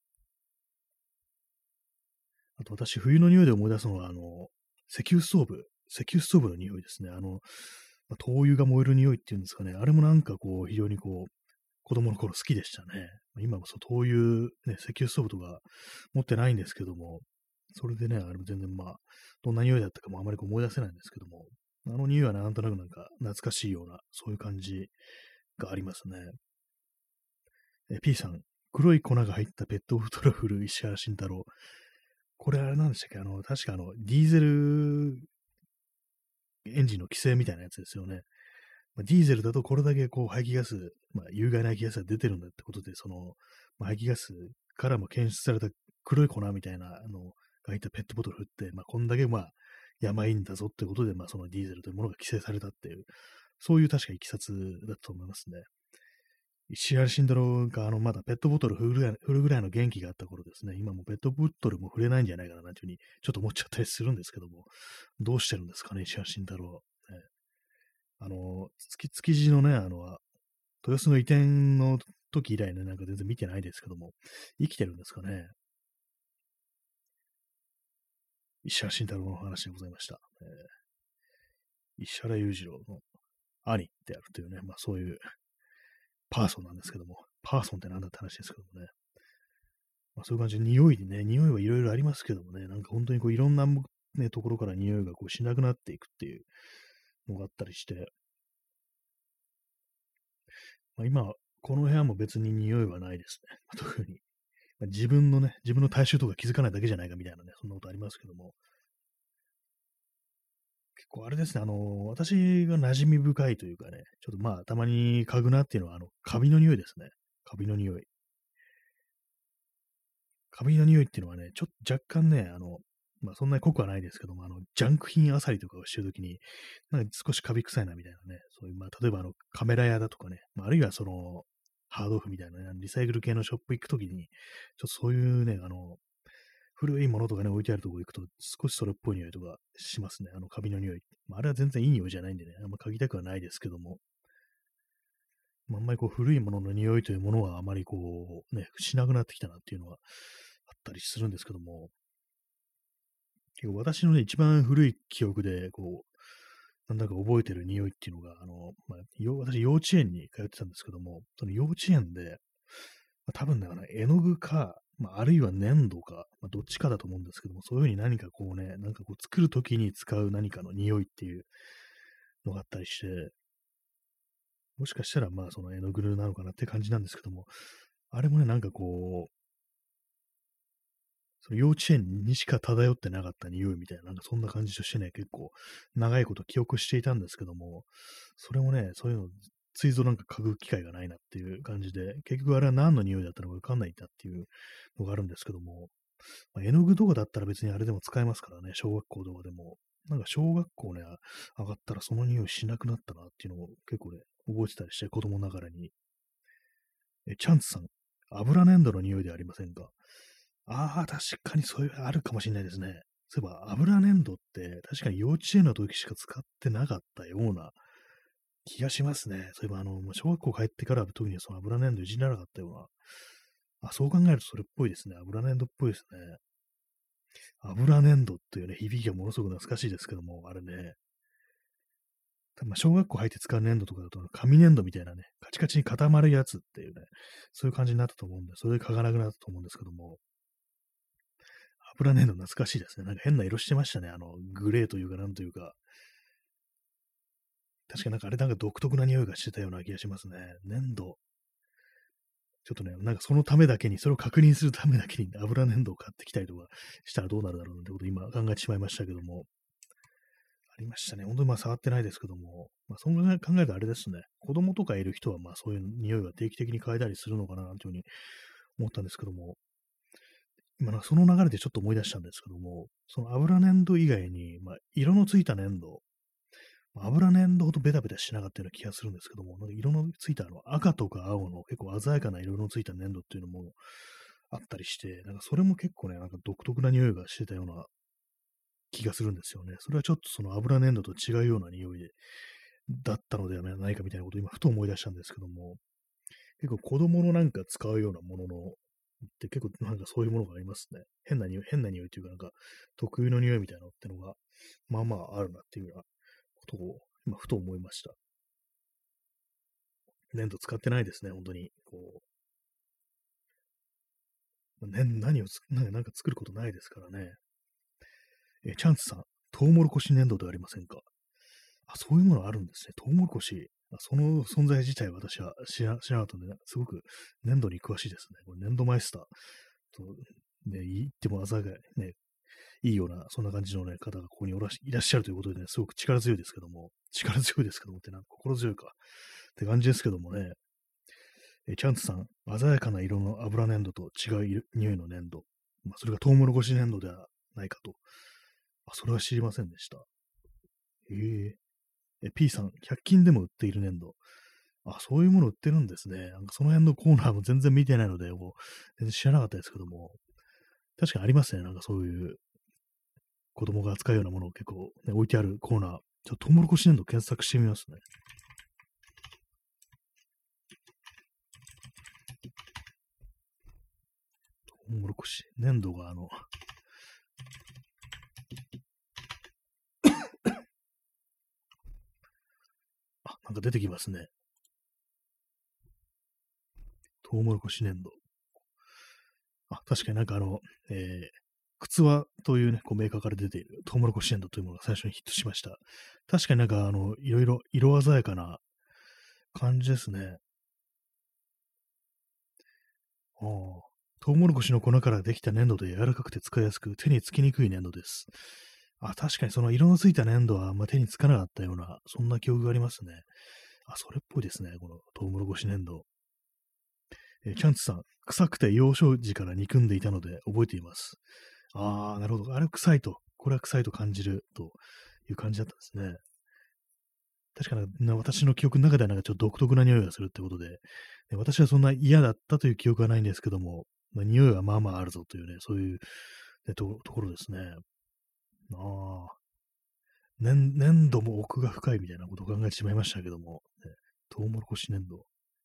あと私、冬の匂いで思い出すのは、あの、石油ストーブ、石油ストーブの匂いですね。あの、まあ、灯油が燃える匂いっていうんですかね。あれもなんかこう、非常にこう、子供の頃好きでしたね。今もそう、灯油、ね、石油ストーブとか持ってないんですけども、それでね、あれも全然まあ、どんな匂いだったかもあまりこう思い出せないんですけども、あの匂いはなんとなくなんか懐かしいような、そういう感じがありますね。え P さん、黒い粉が入ったペットボトルを振る石原慎太郎。これあれなんでしたっけあの、確かあの、ディーゼルエンジンの規制みたいなやつですよね。まあ、ディーゼルだとこれだけこう排気ガス、まあ、有害な排気ガスが出てるんだってことで、その、まあ、排気ガスからも検出された黒い粉みたいなのが入ったペットボトル振って、まあ、こんだけまあ、やばいんだぞってことで、まあ、そのディーゼルというものが規制されたっていう、そういう確かいきさつだったと思いますね。石原慎太郎が、あの、まだペットボトル振るぐらい振るぐらいの元気があった頃ですね、今もペットボトルも振れないんじゃないかな、なんていうふうに、ちょっと思っちゃったりするんですけども、どうしてるんですかね、石原慎太郎。ね、あの、築築地のね、あの、豊洲の移転の時以来ね、なんか全然見てないですけども、生きてるんですかね。石原慎太郎の話でございました。えー、石原裕次郎の兄であるというね、まあそういうパーソンなんですけども、パーソンってなんだって話ですけどもね。まあ、そういう感じで匂いでね、匂いはいろいろありますけどもね、なんか本当にこういろんな、ね、ところから匂いがこうしなくなっていくっていうのがあったりして、まあ、今、この部屋も別に匂いはないですね。特に。まあ、自分のね、自分の体臭とか気づかないだけじゃないかみたいなね、そんなことありますけども、結構あれですね、あの、私が馴染み深いというかね、ちょっとまあ、たまに嗅ぐなっていうのは、あの、カビの匂いですね。カビの匂い。カビの匂いっていうのはね、ちょっと若干ね、あの、まあ、そんなに濃くはないですけども、あの、ジャンク品あさりとかをしてるときに、なんか少しカビ臭いなみたいなね、そういう、まあ、例えばあの、カメラ屋だとかね、まあ、あるいはその、ハードオフみたいなね、リサイクル系のショップ行くときに、ちょっとそういうね、あの、古いものとかね、置いてあるとこ行くと、少しそれっぽい匂いとかしますね。あの、カビの匂い。まあ、あれは全然いい匂いじゃないんでね、あんま嗅ぎたくはないですけども、まあ、あんまりこう、古いものの匂いというものはあまりこう、ね、しなくなってきたなっていうのはあったりするんですけども、結構私のね、一番古い記憶で、こう、なんだか覚えてる匂いっていうのが、あの、まあ、よ私、幼稚園に通ってたんですけども、その幼稚園で、まあ、多分ね、あの、絵の具か、まあ、あるいは粘土か、まあ、どっちかだと思うんですけども、そういうふうに何かこうね、なんかこう作るときに使う何かの匂いっていうのがあったりして、もしかしたらまあその絵の具なのかなって感じなんですけども、あれもね、なんかこう、その幼稚園にしか漂ってなかった匂いみたいな、なんかそんな感じとしてね、結構長いこと記憶していたんですけども、それもね、そういうの、ついぞなんか嗅ぐ機会がないなっていう感じで、結局あれは何の匂いだったのかわかんないんだっていうのがあるんですけども、まあ、絵の具とかだったら別にあれでも使えますからね、小学校とかでも。なんか小学校ね、上がったらその匂いしなくなったなっていうのを結構ね、覚えてたりして、子供ながらに。え、チャンツさん、油粘土の匂いでありませんか？ああ、確かにそういう、あるかもしれないですね。そういえば、油粘土って確かに幼稚園の時しか使ってなかったような気がしますね。そういえば、あの、小学校帰ってから特にその油粘土いじらなかったような。あ、そう考えるとそれっぽいですね。油粘土っぽいですね。油粘土っていうね、響きがものすごく懐かしいですけども、あれね。 多分小学校入って使う粘土とかだと、紙粘土みたいなね、カチカチに固まるやつっていうね、そういう感じになったと思うんで、それで嗅がなくなったと思うんですけども、油粘土懐かしいですね。なんか変な色してましたね。あの、グレーというか、なんというか、確かなんかあれなんか独特な匂いがしてたような気がしますね。粘土。ちょっとね、なんかそのためだけに、それを確認するためだけに油粘土を買ってきたりとかしたらどうなるだろうってことを今考えてしまいましたけども、ありましたね。本当にまあ触ってないですけども、まあそんな考えるとあれですね。子供とかいる人はまあそういう匂いは定期的に嗅いだりするのかななんていうふうに思ったんですけども、今なんかその流れでちょっと思い出したんですけども、その油粘土以外に、まあ色のついた粘土、油粘土ほどベタベタしなかったような気がするんですけども、なんか色のついたあの赤とか青の結構鮮やかな色のついた粘土っていうのもあったりして、なんかそれも結構ね、なんか独特な匂いがしてたような気がするんですよね。それはちょっとその油粘土と違うような匂いで、だったのではないかみたいなことを今ふと思い出したんですけども、結構子供のなんか使うようなものの、って結構なんかそういうものがありますね。変な匂い、変な匂いというかなんか特有の匂いみたいなのってのが、まあまああるなっていうようなことを今ふと思いました。粘土使ってないですね、本当に。こう、ね、何をつ、なんかなんか作ることないですからね。え、チャンスさん、トウモロコシ粘土ではありませんか？あ、そういうものあるんですね。トウモロコシ。あ、その存在自体私は知ら知らなかったんで、すごく粘土に詳しいですね。これ粘土マイスターと、ね、言っても鮮やかね、いいような、そんな感じのね、方がここにおらしいらっしゃるということでね、すごく力強いですけども、力強いですけどもってなんか心強いかって感じですけどもね、えチャンツさん、鮮やかな色の油粘土と違う色匂いの粘土。まあ、それがトウモロコシ粘土ではないかと。あ、それは知りませんでした。へえ。え、P さん、ひゃく均でも売っている粘土。あ、そういうもの売ってるんですね。なんかその辺のコーナーも全然見てないので、もう全然知らなかったですけども、確かにありますね。なんかそういう子供が扱うようなものを結構、ね、置いてあるコーナー。ちょっとトウモロコシ粘土検索してみますね。トウモロコシ。粘土があの、あ、なんか出てきますね。トウモロコシ粘土。あ、確かになんかあの、えー、靴輪というね、こうメーカーから出ているトウモロコシ粘土というものが最初にヒットしました。確かになんかあの、いろいろ色鮮やかな感じですね。ああ。トウモロコシの粉からできた粘土で柔らかくて使いやすく、手につきにくい粘土です。あ、確かにその色のついた粘土はあんま手につかなかったような、そんな記憶がありますね。あ、それっぽいですね、このトウモロコシ粘土。えーチャンツさん、臭くて幼少時から憎んでいたので覚えています。ああ、なるほど。あれ臭いと、これは臭いと感じるという感じだったんですね。確かに私の記憶の中ではなんかちょっと独特な匂いがするってことで、で私はそんな嫌だったという記憶はないんですけども、まあ、匂いはまあまああるぞというね、そういう、ね、とところですね。ああ、粘粘土も奥が深いみたいなことを考えてしまいましたけども、ね、トウモロコシ粘土。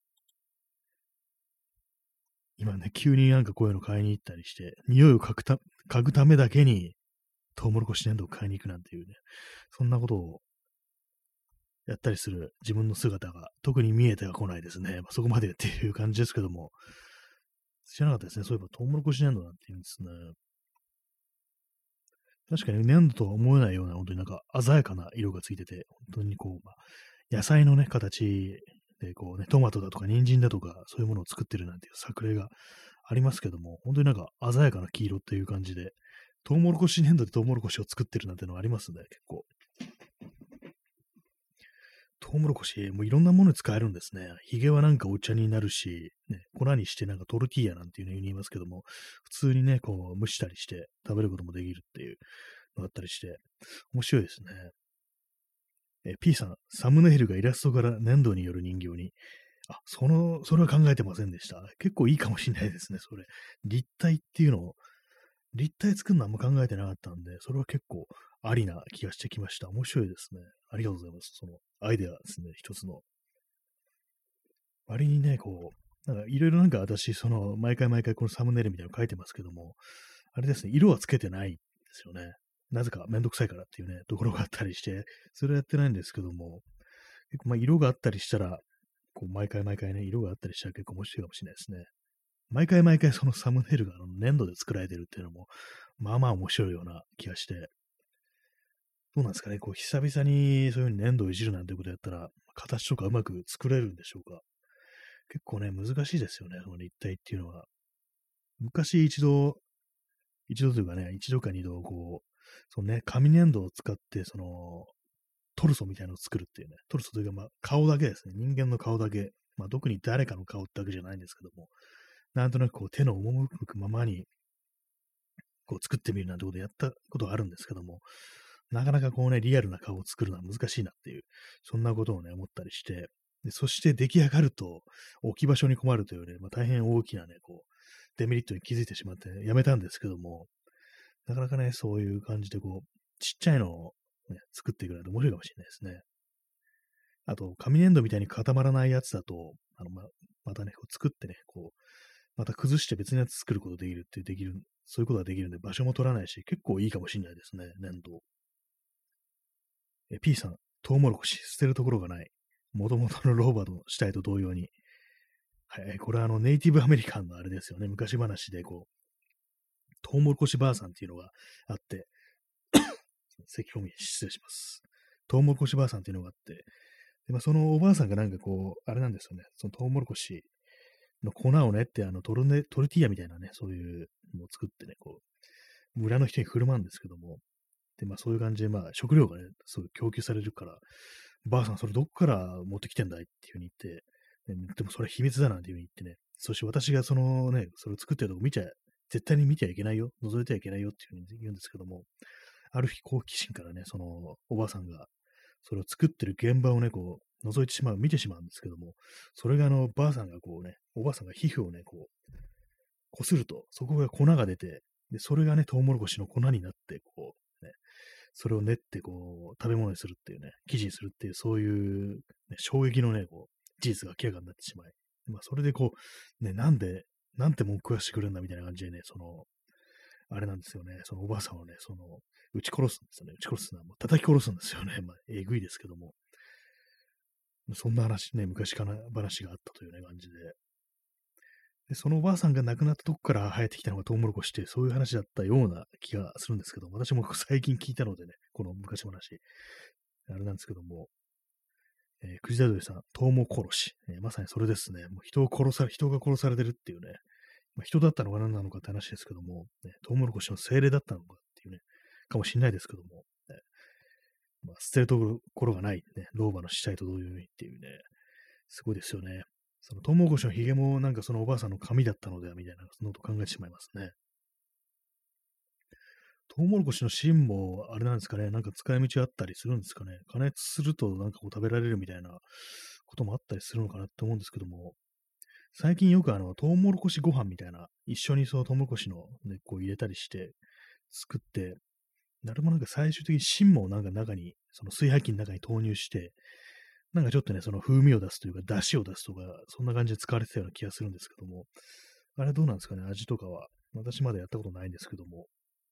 今ね、急になんかこういうの買いに行ったりして、匂いを嗅ぐた嗅ぐためだけにトウモロコシ粘土を買いに行くなんていうね、そんなことをやったりする自分の姿が特に見えてはこないですね。まあ、そこまでっていう感じですけども、知らなかったですね。そういえばトウモロコシ粘土なんて言うんですね。確かに粘土とは思えないような、本当になんか鮮やかな色がついてて、本当にこう、まあ、野菜のね、形で、こうね、トマトだとか人参だとか、そういうものを作ってるなんていう作例がありますけども、本当になんか鮮やかな黄色っていう感じで、トウモロコシ粘土でトウモロコシを作ってるなんてのがありますね、結構。トウモロコシ、もういろんなものに使えるんですね。ヒゲはなんかお茶になるし、ね、粉にしてなんかトルティーヤなんていうの言いますけども、普通にね、こう蒸したりして食べることもできるっていうのがあったりして、面白いですね。え、P さん、サムネイルがイラストから粘土による人形に。あ、その、それは考えてませんでした。結構いいかもしれないですね、それ。立体っていうのを、立体作るのあんま考えてなかったんで、それは結構ありな気がしてきました。面白いですね。ありがとうございます。そのアイデアですね、一つの。割にね、こう、なんかいろいろなんか私、その、毎回毎回このサムネイルみたいなの書いてますけども、あれですね、色はつけてないんですよね。なぜかめんどくさいからっていうね、ところがあったりして、それはやってないんですけども、 結構まあ色があったりしたら、こう毎回毎回ね、色があったりしたら結構面白いかもしれないですね。毎回毎回そのサムネイルがあの粘土で作られてるっていうのも、まあまあ面白いような気がして、どうなんですかね、こう久々にそういう風に粘土をいじるなんてことやったら、形とかうまく作れるんでしょうか。結構ね、難しいですよね、その立体っていうのは。昔一度、一度というかね、一度か二度、こう、そのね、紙粘土を使って、その、トルソみたいなのを作るっていうね、トルソというか、まあ、顔だけですね、人間の顔だけ、まあ、特に誰かの顔ってわけじゃないんですけども、なんとなくこう手の赴くままにこう作ってみるなんてことやったことがあるんですけども、なかなかこうね、リアルな顔を作るのは難しいなっていう、そんなことをね、思ったりして、でそして出来上がると置き場所に困るというね、まあ、大変大きなね、こう、デメリットに気づいてしまって、やめたんですけども、なかなかね、そういう感じでこう、ちっちゃいのを、ね、作っていくのは面白いかもしれないですね。あと、紙粘土みたいに固まらないやつだと、あの、ま、またね、こう作ってね、こう、また崩して別のやつ作ることできるってできる、そういうことができるんで場所も取らないし、結構いいかもしれないですね、粘土。え、P さん、トウモロコシ捨てるところがない。もともとの老婆の死体と同様に。はい、これはあのネイティブアメリカンのあれですよね、昔話でこう、トウモロコシばあさんっていうのがあって、咳込み失礼します。トウモロコシばあさんっていうのがあって、でまあ、そのおばあさんがなんかこう、あれなんですよね、そのトウモロコシの粉をねって、あのトルネ、トルティーヤみたいなね、そういうのを作ってね、こう、村の人に振る舞うんですけども、で、まあそういう感じで、まあ食料がね、すごい供給されるから、ばあさんそれどっから持ってきてんだいっていうふうに言って、ででもそれ秘密だなんていうふうに言ってね、そして私がそのね、それを作ってるとこ見ちゃ、絶対に見てはいけないよ、覗いてはいけないよっていうふうに言うんですけども、ある日好奇心からね、そのおばあさんがそれを作ってる現場をね、こう、覗いてしまう、見てしまうんですけども、それがあの、ばあさんがこうね、おばあさんが皮膚をね、こう、こすると、そこが粉が出て、で、それがね、トウモロコシの粉になって、こう、ね、それを練って、こう、食べ物にするっていうね、生地にするっていう、そういう、ね、衝撃のね、こう、事実が明らかになってしまい、まあ、それでこう、ね、なんで、なんて文句言わしてくるんだみたいな感じでね、その、あれなんですよね、そのおばあさんをね、その、撃ち殺すんですよね。撃ち殺すのは、もう叩き殺すんですよね。まあ、えぐいですけども。そんな話ね、昔から話があったというね、感じで。で、そのおばあさんが亡くなったとこから生えてきたのがトウモロコシって、そういう話だったような気がするんですけど、私も最近聞いたのでね、この昔話、あれなんですけども、えー、クジラドリさん、トウモ殺し、えーまさにそれですね。もう人を殺され、人が殺されてるっていうね、まあ、人だったのか何なのかって話ですけども、ね、トウモロコシの精霊だったのかっていうね、かもしれないですけども、ね、まあ、捨てるところがない、ね、老婆の死体と同様にっていうね、すごいですよね。そのトウモロコシのヒゲもなんかそのおばあさんの髪だったのではみたいな、そのこと考えてしまいますね。トウモロコシの芯もあれなんですかね、なんか使い道あったりするんですかね。加熱するとなんかこう食べられるみたいなこともあったりするのかなって思うんですけども、最近よくあの、トウモロコシご飯みたいな、一緒にそのトウモロコシの根っこを入れたりして作って、なるもなんか最終的に芯もなんか中に、その炊飯器の中に投入して、なんかちょっとね、その風味を出すというか、出汁を出すとか、そんな感じで使われてたような気がするんですけども、あれどうなんですかね、味とかは。私まだやったことないんですけども。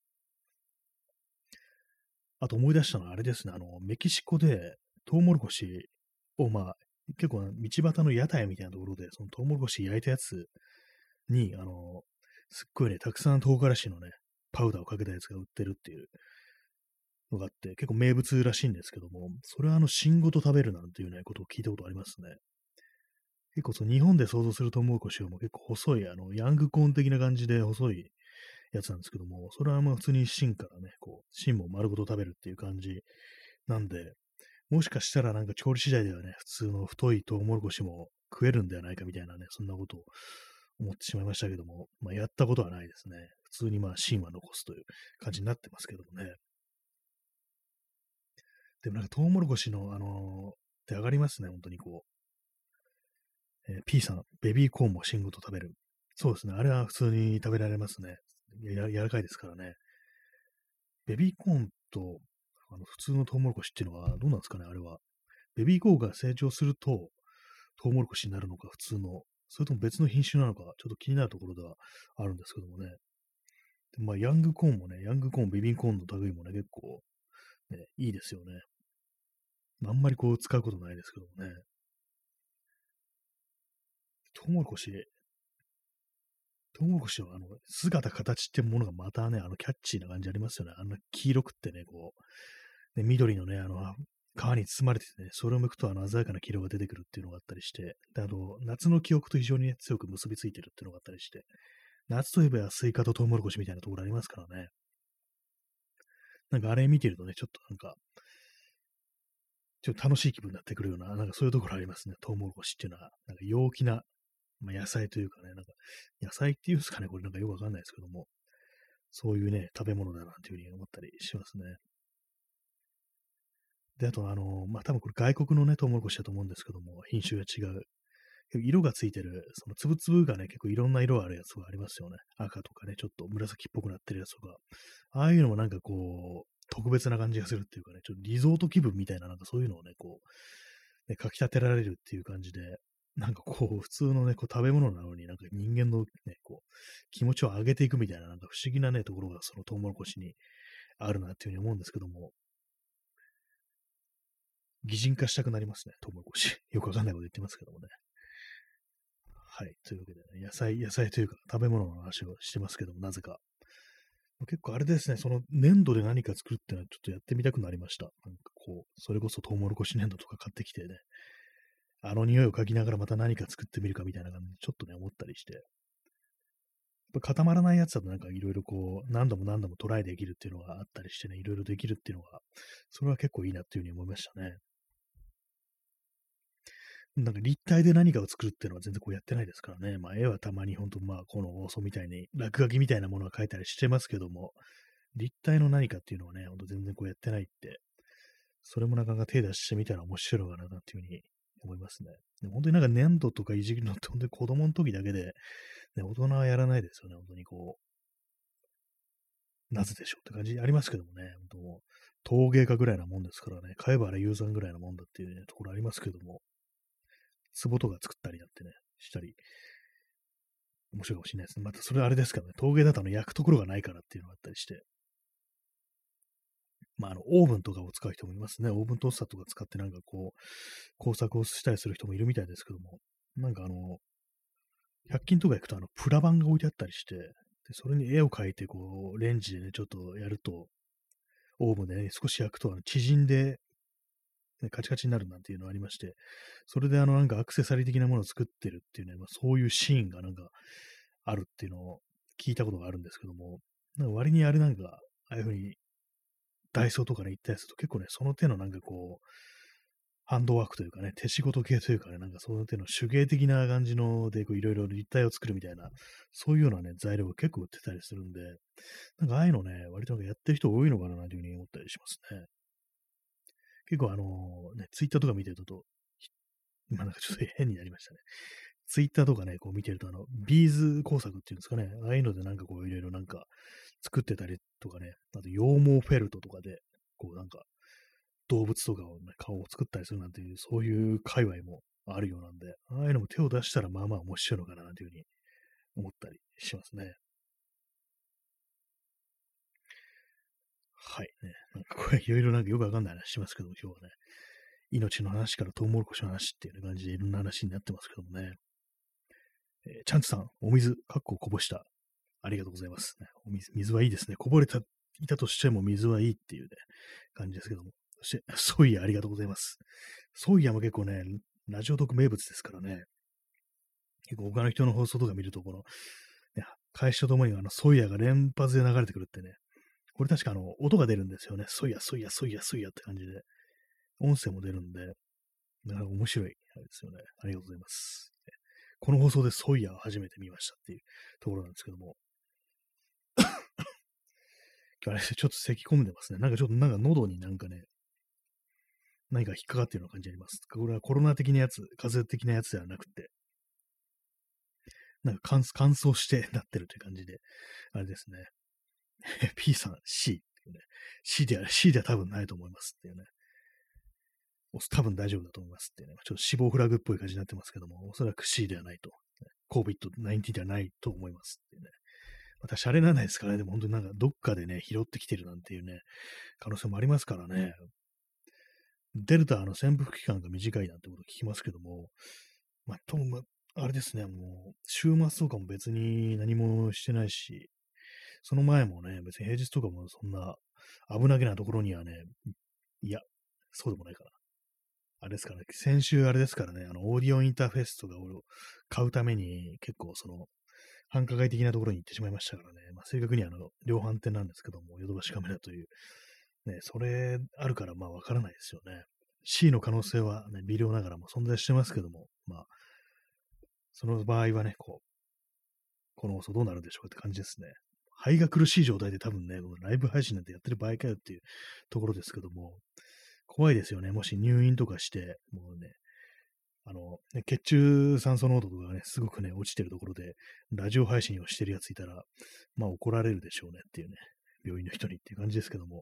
あと思い出したのはあれですね、あの、メキシコでトウモロコシを、まあ、結構道端の屋台みたいなところで、そのトウモロコシ焼いたやつに、あの、すっごいね、たくさん唐辛子のね、パウダーをかけたやつが売ってるっていうのがあって、結構名物らしいんですけども、それはあの、芯ごと食べるなんていうね、ことを聞いたことありますね。結構その日本で想像するトウモロコシはもう結構細い、あの、ヤングコーン的な感じで細いやつなんですけども、それはまあ普通に芯からね、こう、芯も丸ごと食べるっていう感じなんで、もしかしたらなんか調理次第ではね、普通の太いトウモロコシも食えるんではないかみたいなね、そんなことを思ってしまいましたけども、まあやったことはないですね。普通にまあ芯は残すという感じになってますけどもね。でもなんかトウモロコシのあのーって上がりますね、本当にこう。えー P さん、ベビーコーンも芯ごと食べる。そうですね、あれは普通に食べられますね。や柔らかいですからね。ベビーコーンとあの普通のトウモロコシっていうのはどうなんですかね、あれは。ベビーコーンが成長すると、トウモロコシになるのか、普通の、それとも別の品種なのか、ちょっと気になるところではあるんですけどもね。でまあ、ヤングコーンもね、ヤングコーン、ベビーコーンの類もね、結構、ね、いいですよね。 あんまりこう使うことないですけどもね。トウモロコシ、トウモロコシのあの、姿形ってものがまたね、あの、キャッチーな感じありますよね。あんな黄色くってね、こう、ね、緑のね、あの、皮に包まれててね、それを剥くとあの鮮やかな黄色が出てくるっていうのがあったりして、で、あの、夏の記憶と非常にね、強く結びついてるっていうのがあったりして、夏といえばスイカとトウモロコシみたいなところありますからね。なんかあれ見てるとね、ちょっとなんか、ちょっと楽しい気分になってくるような、なんかそういうところありますね。トウモロコシっていうのは、なんか陽気な、まあ、野菜というかね、なんか、野菜っていうんですかね、これなんかよくわかんないですけども、そういうね、食べ物だなっていうふうに思ったりしますね。で、あと、あの、まあ、多分これ外国のね、トウモロコシだと思うんですけども、品種が違う。色がついてる、そのつぶつぶがね、結構いろんな色あるやつがありますよね。赤とかね、ちょっと紫っぽくなってるやつとか。ああいうのもなんかこう、特別な感じがするっていうかね、ちょっとリゾート気分みたいな、なんかそういうのをね、こう、ね、かき立てられるっていう感じで、なんかこう、普通のね、こう食べ物なのになんか人間のね、こう、気持ちを上げていくみたいな、なんか不思議なね、ところがそのトウモロコシにあるなっていうふうに思うんですけども、擬人化したくなりますね、トウモロコシ。よくわかんないこと言ってますけどもね。はい。というわけでね、野菜、野菜というか食べ物の話をしてますけども、なぜか。結構あれですね、その粘土で何か作るっていうのはちょっとやってみたくなりました。なんかこう、それこそトウモロコシ粘土とか買ってきてね、あの匂いを嗅ぎながらまた何か作ってみるかみたいな感じで、ちょっとね、思ったりして。やっぱ固まらないやつだとなんかいろいろこう、何度も何度もトライできるっていうのがあったりしてね、いろいろできるっていうのが、それは結構いいなっていうふうに思いましたね。なんか立体で何かを作るっていうのは全然こうやってないですからね。まあ絵はたまに本当まあこの放送みたいに落書きみたいなものが描いたりしてますけども、立体の何かっていうのはね、ほんと全然こうやってないって、それもなかなか手出してみたら面白いかなっていうふうに思いますね。で本当になんか粘土とかいじるのって本当に子供の時だけで、ね、大人はやらないですよね。本当にこう、なぜでしょうって感じありますけどもね。本当もう陶芸家ぐらいなもんですからね。貝原雄山ぐらいなもんだっていう、ね、ところありますけども、壺とか作ったりだってね、したり、面白いかもしれないですね。またそれあれですからね。陶芸だとあの焼くところがないからっていうのがあったりして、まあ、あの、オーブンとかを使う人もいますね。オーブントースターとか使ってなんかこう、工作をしたりする人もいるみたいですけども、なんかあの、ひゃく均とか行くとあの、プラ板が置いてあったりして、で、それに絵を描いてこう、レンジでね、ちょっとやると、オーブンでね、少し焼くと、あの、縮んで、ね、カチカチになるなんていうのがありまして、それであの、なんかアクセサリー的なものを作ってるっていうね、まあ、そういうシーンがなんかあるっていうのを聞いたことがあるんですけども、なんか割にあれなんか、ああいうふうにダイソーとかね、行ったりすると結構ね、その手のなんかこう、ハンドワークというかね、手仕事系というかね、なんかその手の手芸的な感じので、こういろいろ立体を作るみたいな、そういうようなね、材料が結構売ってたりするんで、なんかああいうのね、割となんかやってる人多いのかなというふうに思ったりしますね。結構あのね、ツイッターとか見てると、今なんかちょっと変になりましたね。ツイッターとかね、こう見てると、あの、ビーズ工作っていうんですかね、ああいうのでなんかこういろいろなんか作ってたりとかね、あと羊毛フェルトとかで、こうなんか動物とかをね、顔を作ったりするなんていう、そういう界隈もあるようなんで、ああいうのも手を出したらまあまあ面白いのかななんていうふうに思ったりしますね。はい。ね。なんかこれいろいろなんかよくわかんない話しますけども、今日はね、命の話からトウモロコシの話っていう、ね、感じでいろんな話になってますけどもね。えーチャンツさん、お水、かっここぼした。ありがとうございます。ね、お水、水はいいですね。こぼれた、いたとしても水はいいっていうね、感じですけども。そして、ソイヤありがとうございます。ソイヤも結構ね、ラジオ特名物ですからね。結構他の人の放送とか見ると、この、ね、開始とともにあのソイヤが連発で流れてくるってね。これ確かあの、音が出るんですよね。ソイヤ、ソイヤ、ソイヤ、ソイヤって感じで。音声も出るんで、なかなか面白い、あれですよね。ありがとうございます。この放送でソイヤを初めて見ましたっていうところなんですけども、今日あれですねちょっと咳込んでますね。なんかちょっとなんか喉になんかね、何か引っかかってるような感じあります。これはコロナ的なやつ、風邪的なやつではなくて、なんか乾乾燥してなってるという感じで、あれですね。P さん C っていうね。C では、C では多分ないと思いますっていうね。多分大丈夫だと思いますっていうね。ちょっと死亡フラグっぽい感じになってますけども、おそらく C ではないと。コービッドナインティーン ではないと思いますっていうね。また、シャレなんないですからね。でも本当になんかどっかでね、拾ってきてるなんていうね、可能性もありますからね。 デルタの潜伏期間が短いなんてことを聞きますけども、まあ、とまあ、あれですね、もう、週末とかも別に何もしてないし、その前もね、別に平日とかもそんな危なげなところにはね、いや、そうでもないかな。あれですからね、先週あれですからね、あの、オーディオインターフェースとかを買うために、結構その、繁華街的なところに行ってしまいましたからね、まあ、正確にはあの、量販店なんですけども、ヨドバシカメラという、ね、それあるからまあわからないですよね。C の可能性はね、微量ながらも存在してますけども、まあ、その場合はね、こう、この放送どうなるんでしょうかって感じですね。肺が苦しい状態で多分ね、このライブ配信なんてやってる場合かよっていうところですけども、怖いですよね。もし入院とかして、もうね、あの、ね、血中酸素濃度とかね、すごくね、落ちてるところで、ラジオ配信をしてるやついたら、まあ怒られるでしょうねっていうね、病院の人にっていう感じですけども、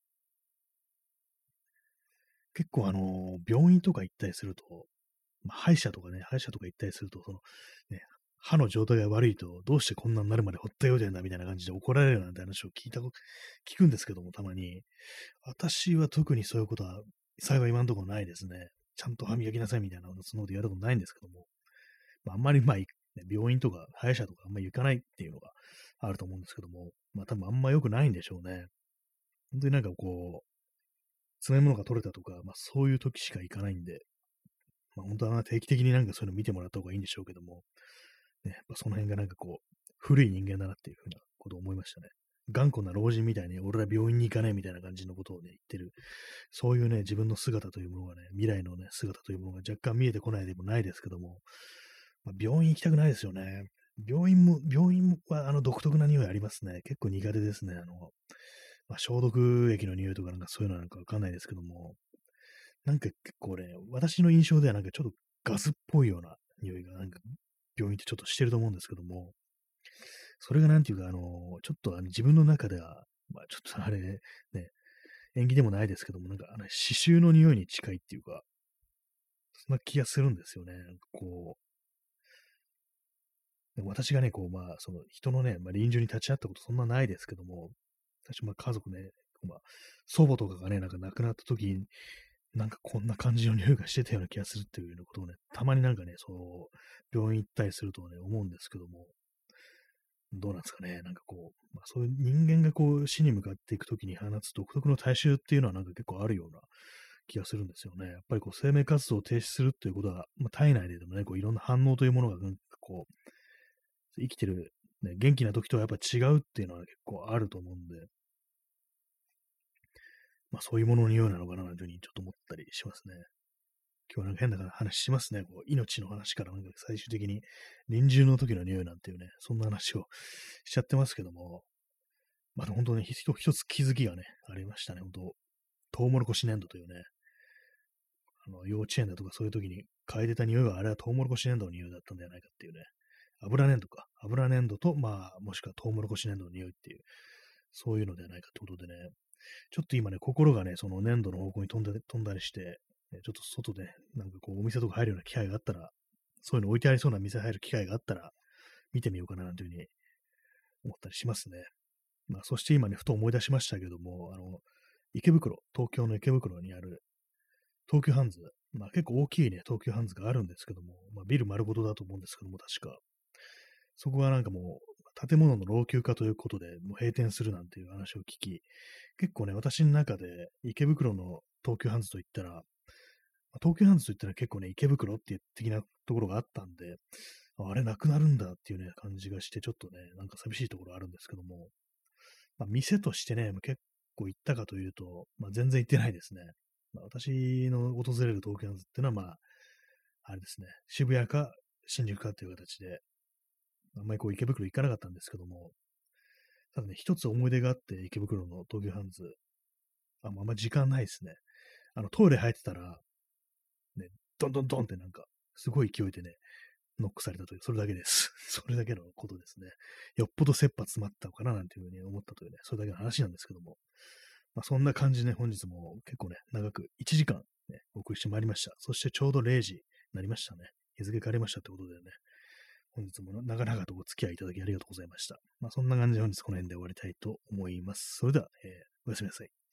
結構あの、病院とか行ったりすると、まあ、歯医者とかね、歯医者とか行ったりすると、その、ね、歯の状態が悪いと、どうしてこんなになるまでほったようてんだみたいな感じで怒られるなんて話を聞いたこと、聞くんですけども、たまに。私は特にそういうことは、幸い今のところないですね。ちゃんと歯磨きなさいみたいな、そのことやることないんですけども。まあ、あんまり、まあ、いね病院とか歯医者とかあんまり行かないっていうのがあると思うんですけども、まあ多分あんま良くないんでしょうね。本当になんかこう、詰め物が取れたとか、まあそういう時しか行かないんで、まあ本当は定期的になんかそういうの見てもらった方がいいんでしょうけども、ね、やっぱその辺がなんかこう、古い人間だなっていうふうなことを思いましたね。頑固な老人みたいに俺は病院に行かねえみたいな感じのことをね、言ってる。そういうね、自分の姿というものがね、未来のね、姿というものが若干見えてこないでもないですけども、まあ、病院行きたくないですよね。病院も、病院はあの独特な匂いありますね。結構苦手ですね。あの、まあ、消毒液の匂いとかなんかそういうのなんかわかんないですけども、なんか結構ね、私の印象ではなんかちょっとガスっぽいような匂いがなんか病院ってちょっとしてると思うんですけども、それがなんていうか、あの、ちょっとあの自分の中では、まあちょっとあれね、縁起でもないですけども、なんかあの刺繍の匂いに近いっていうか、そんな気がするんですよね。なんかこう、私がね、こう、まあ、その人のね、まあ、臨終に立ち会ったことそんなないですけども、私、まあ家族ね、まあ、祖母とかがね、なんか亡くなった時に、なんかこんな感じの匂いがしてたような気がするっていうようなことをね、たまになんかね、そう、病院行ったりするとね、思うんですけども、どうなんですかね。なんかこう、まあ、そういう人間がこう死に向かっていくときに放つ独特の体臭っていうのはなんか結構あるような気がするんですよね。やっぱりこう生命活動を停止するっていうことは、まあ、体内ででもね、こういろんな反応というものがなんかこう、生きてる、ね、元気な時とはやっぱ違うっていうのは結構あると思うんで、まあそういうものの匂いなのかなというふうにちょっと思ったりしますね。今日はなんか変な話しますね。こう命の話からなんか最終的に臨終の時の匂いなんていうね、そんな話をしちゃってますけども、まあ本当に一つ一つ気づきがね、ありましたね。本当トウモロコシ粘土というね、あの幼稚園だとかそういう時に嗅いでた匂いはあれはトウモロコシ粘土の匂いだったんじゃないかっていうね、油粘土か。油粘土と、まあもしくはトウモロコシ粘土の匂いっていう、そういうのではないかってことでね、ちょっと今ね、心がね、その粘土の方向に飛んだ飛んだりして、ねちょっと外で、なんかこう、お店とか入るような機会があったら、そういうの置いてありそうな店入る機会があったら、見てみようかななんていうふうに思ったりしますね。まあ、そして今ね、ふと思い出しましたけども、あの、池袋、東京の池袋にある東急ハンズ、まあ結構大きいね、東急ハンズがあるんですけども、まあビル丸ごとだと思うんですけども、確か。そこがなんかもう、建物の老朽化ということで、もう閉店するなんていう話を聞き、結構ね、私の中で池袋の東急ハンズといったら、東急ハンズといったら結構ね、池袋っていう的なところがあったんで、あれなくなるんだっていうね、感じがして、ちょっとね、なんか寂しいところあるんですけども、まあ、店としてね、結構行ったかというと、まあ、全然行ってないですね。まあ、私の訪れる東京なんっていうのは、まあ、あれですね、渋谷か新宿かっていう形で、あんまりこう池袋行かなかったんですけども、ただね、一つ思い出があって、池袋の東急ハンズ、あ、まあ、あんま時間ないですね。あの、トイレ入ってたら、ね、ドンドンドンってなんか、すごい勢いでね、ノックされたという、それだけです。それだけのことですね。よっぽど切羽詰まったのかななんていうふうに思ったというね、それだけの話なんですけども。まあ、そんな感じで、ね、本日も結構ね、長くいちじかん、ね、お送りしてまいりました。そしてちょうどれいじになりましたね。日付変わりましたってことでね、本日も長々とお付き合いいただきありがとうございました。まあ、そんな感じで本日この辺で終わりたいと思います。それでは、えーおやすみなさい。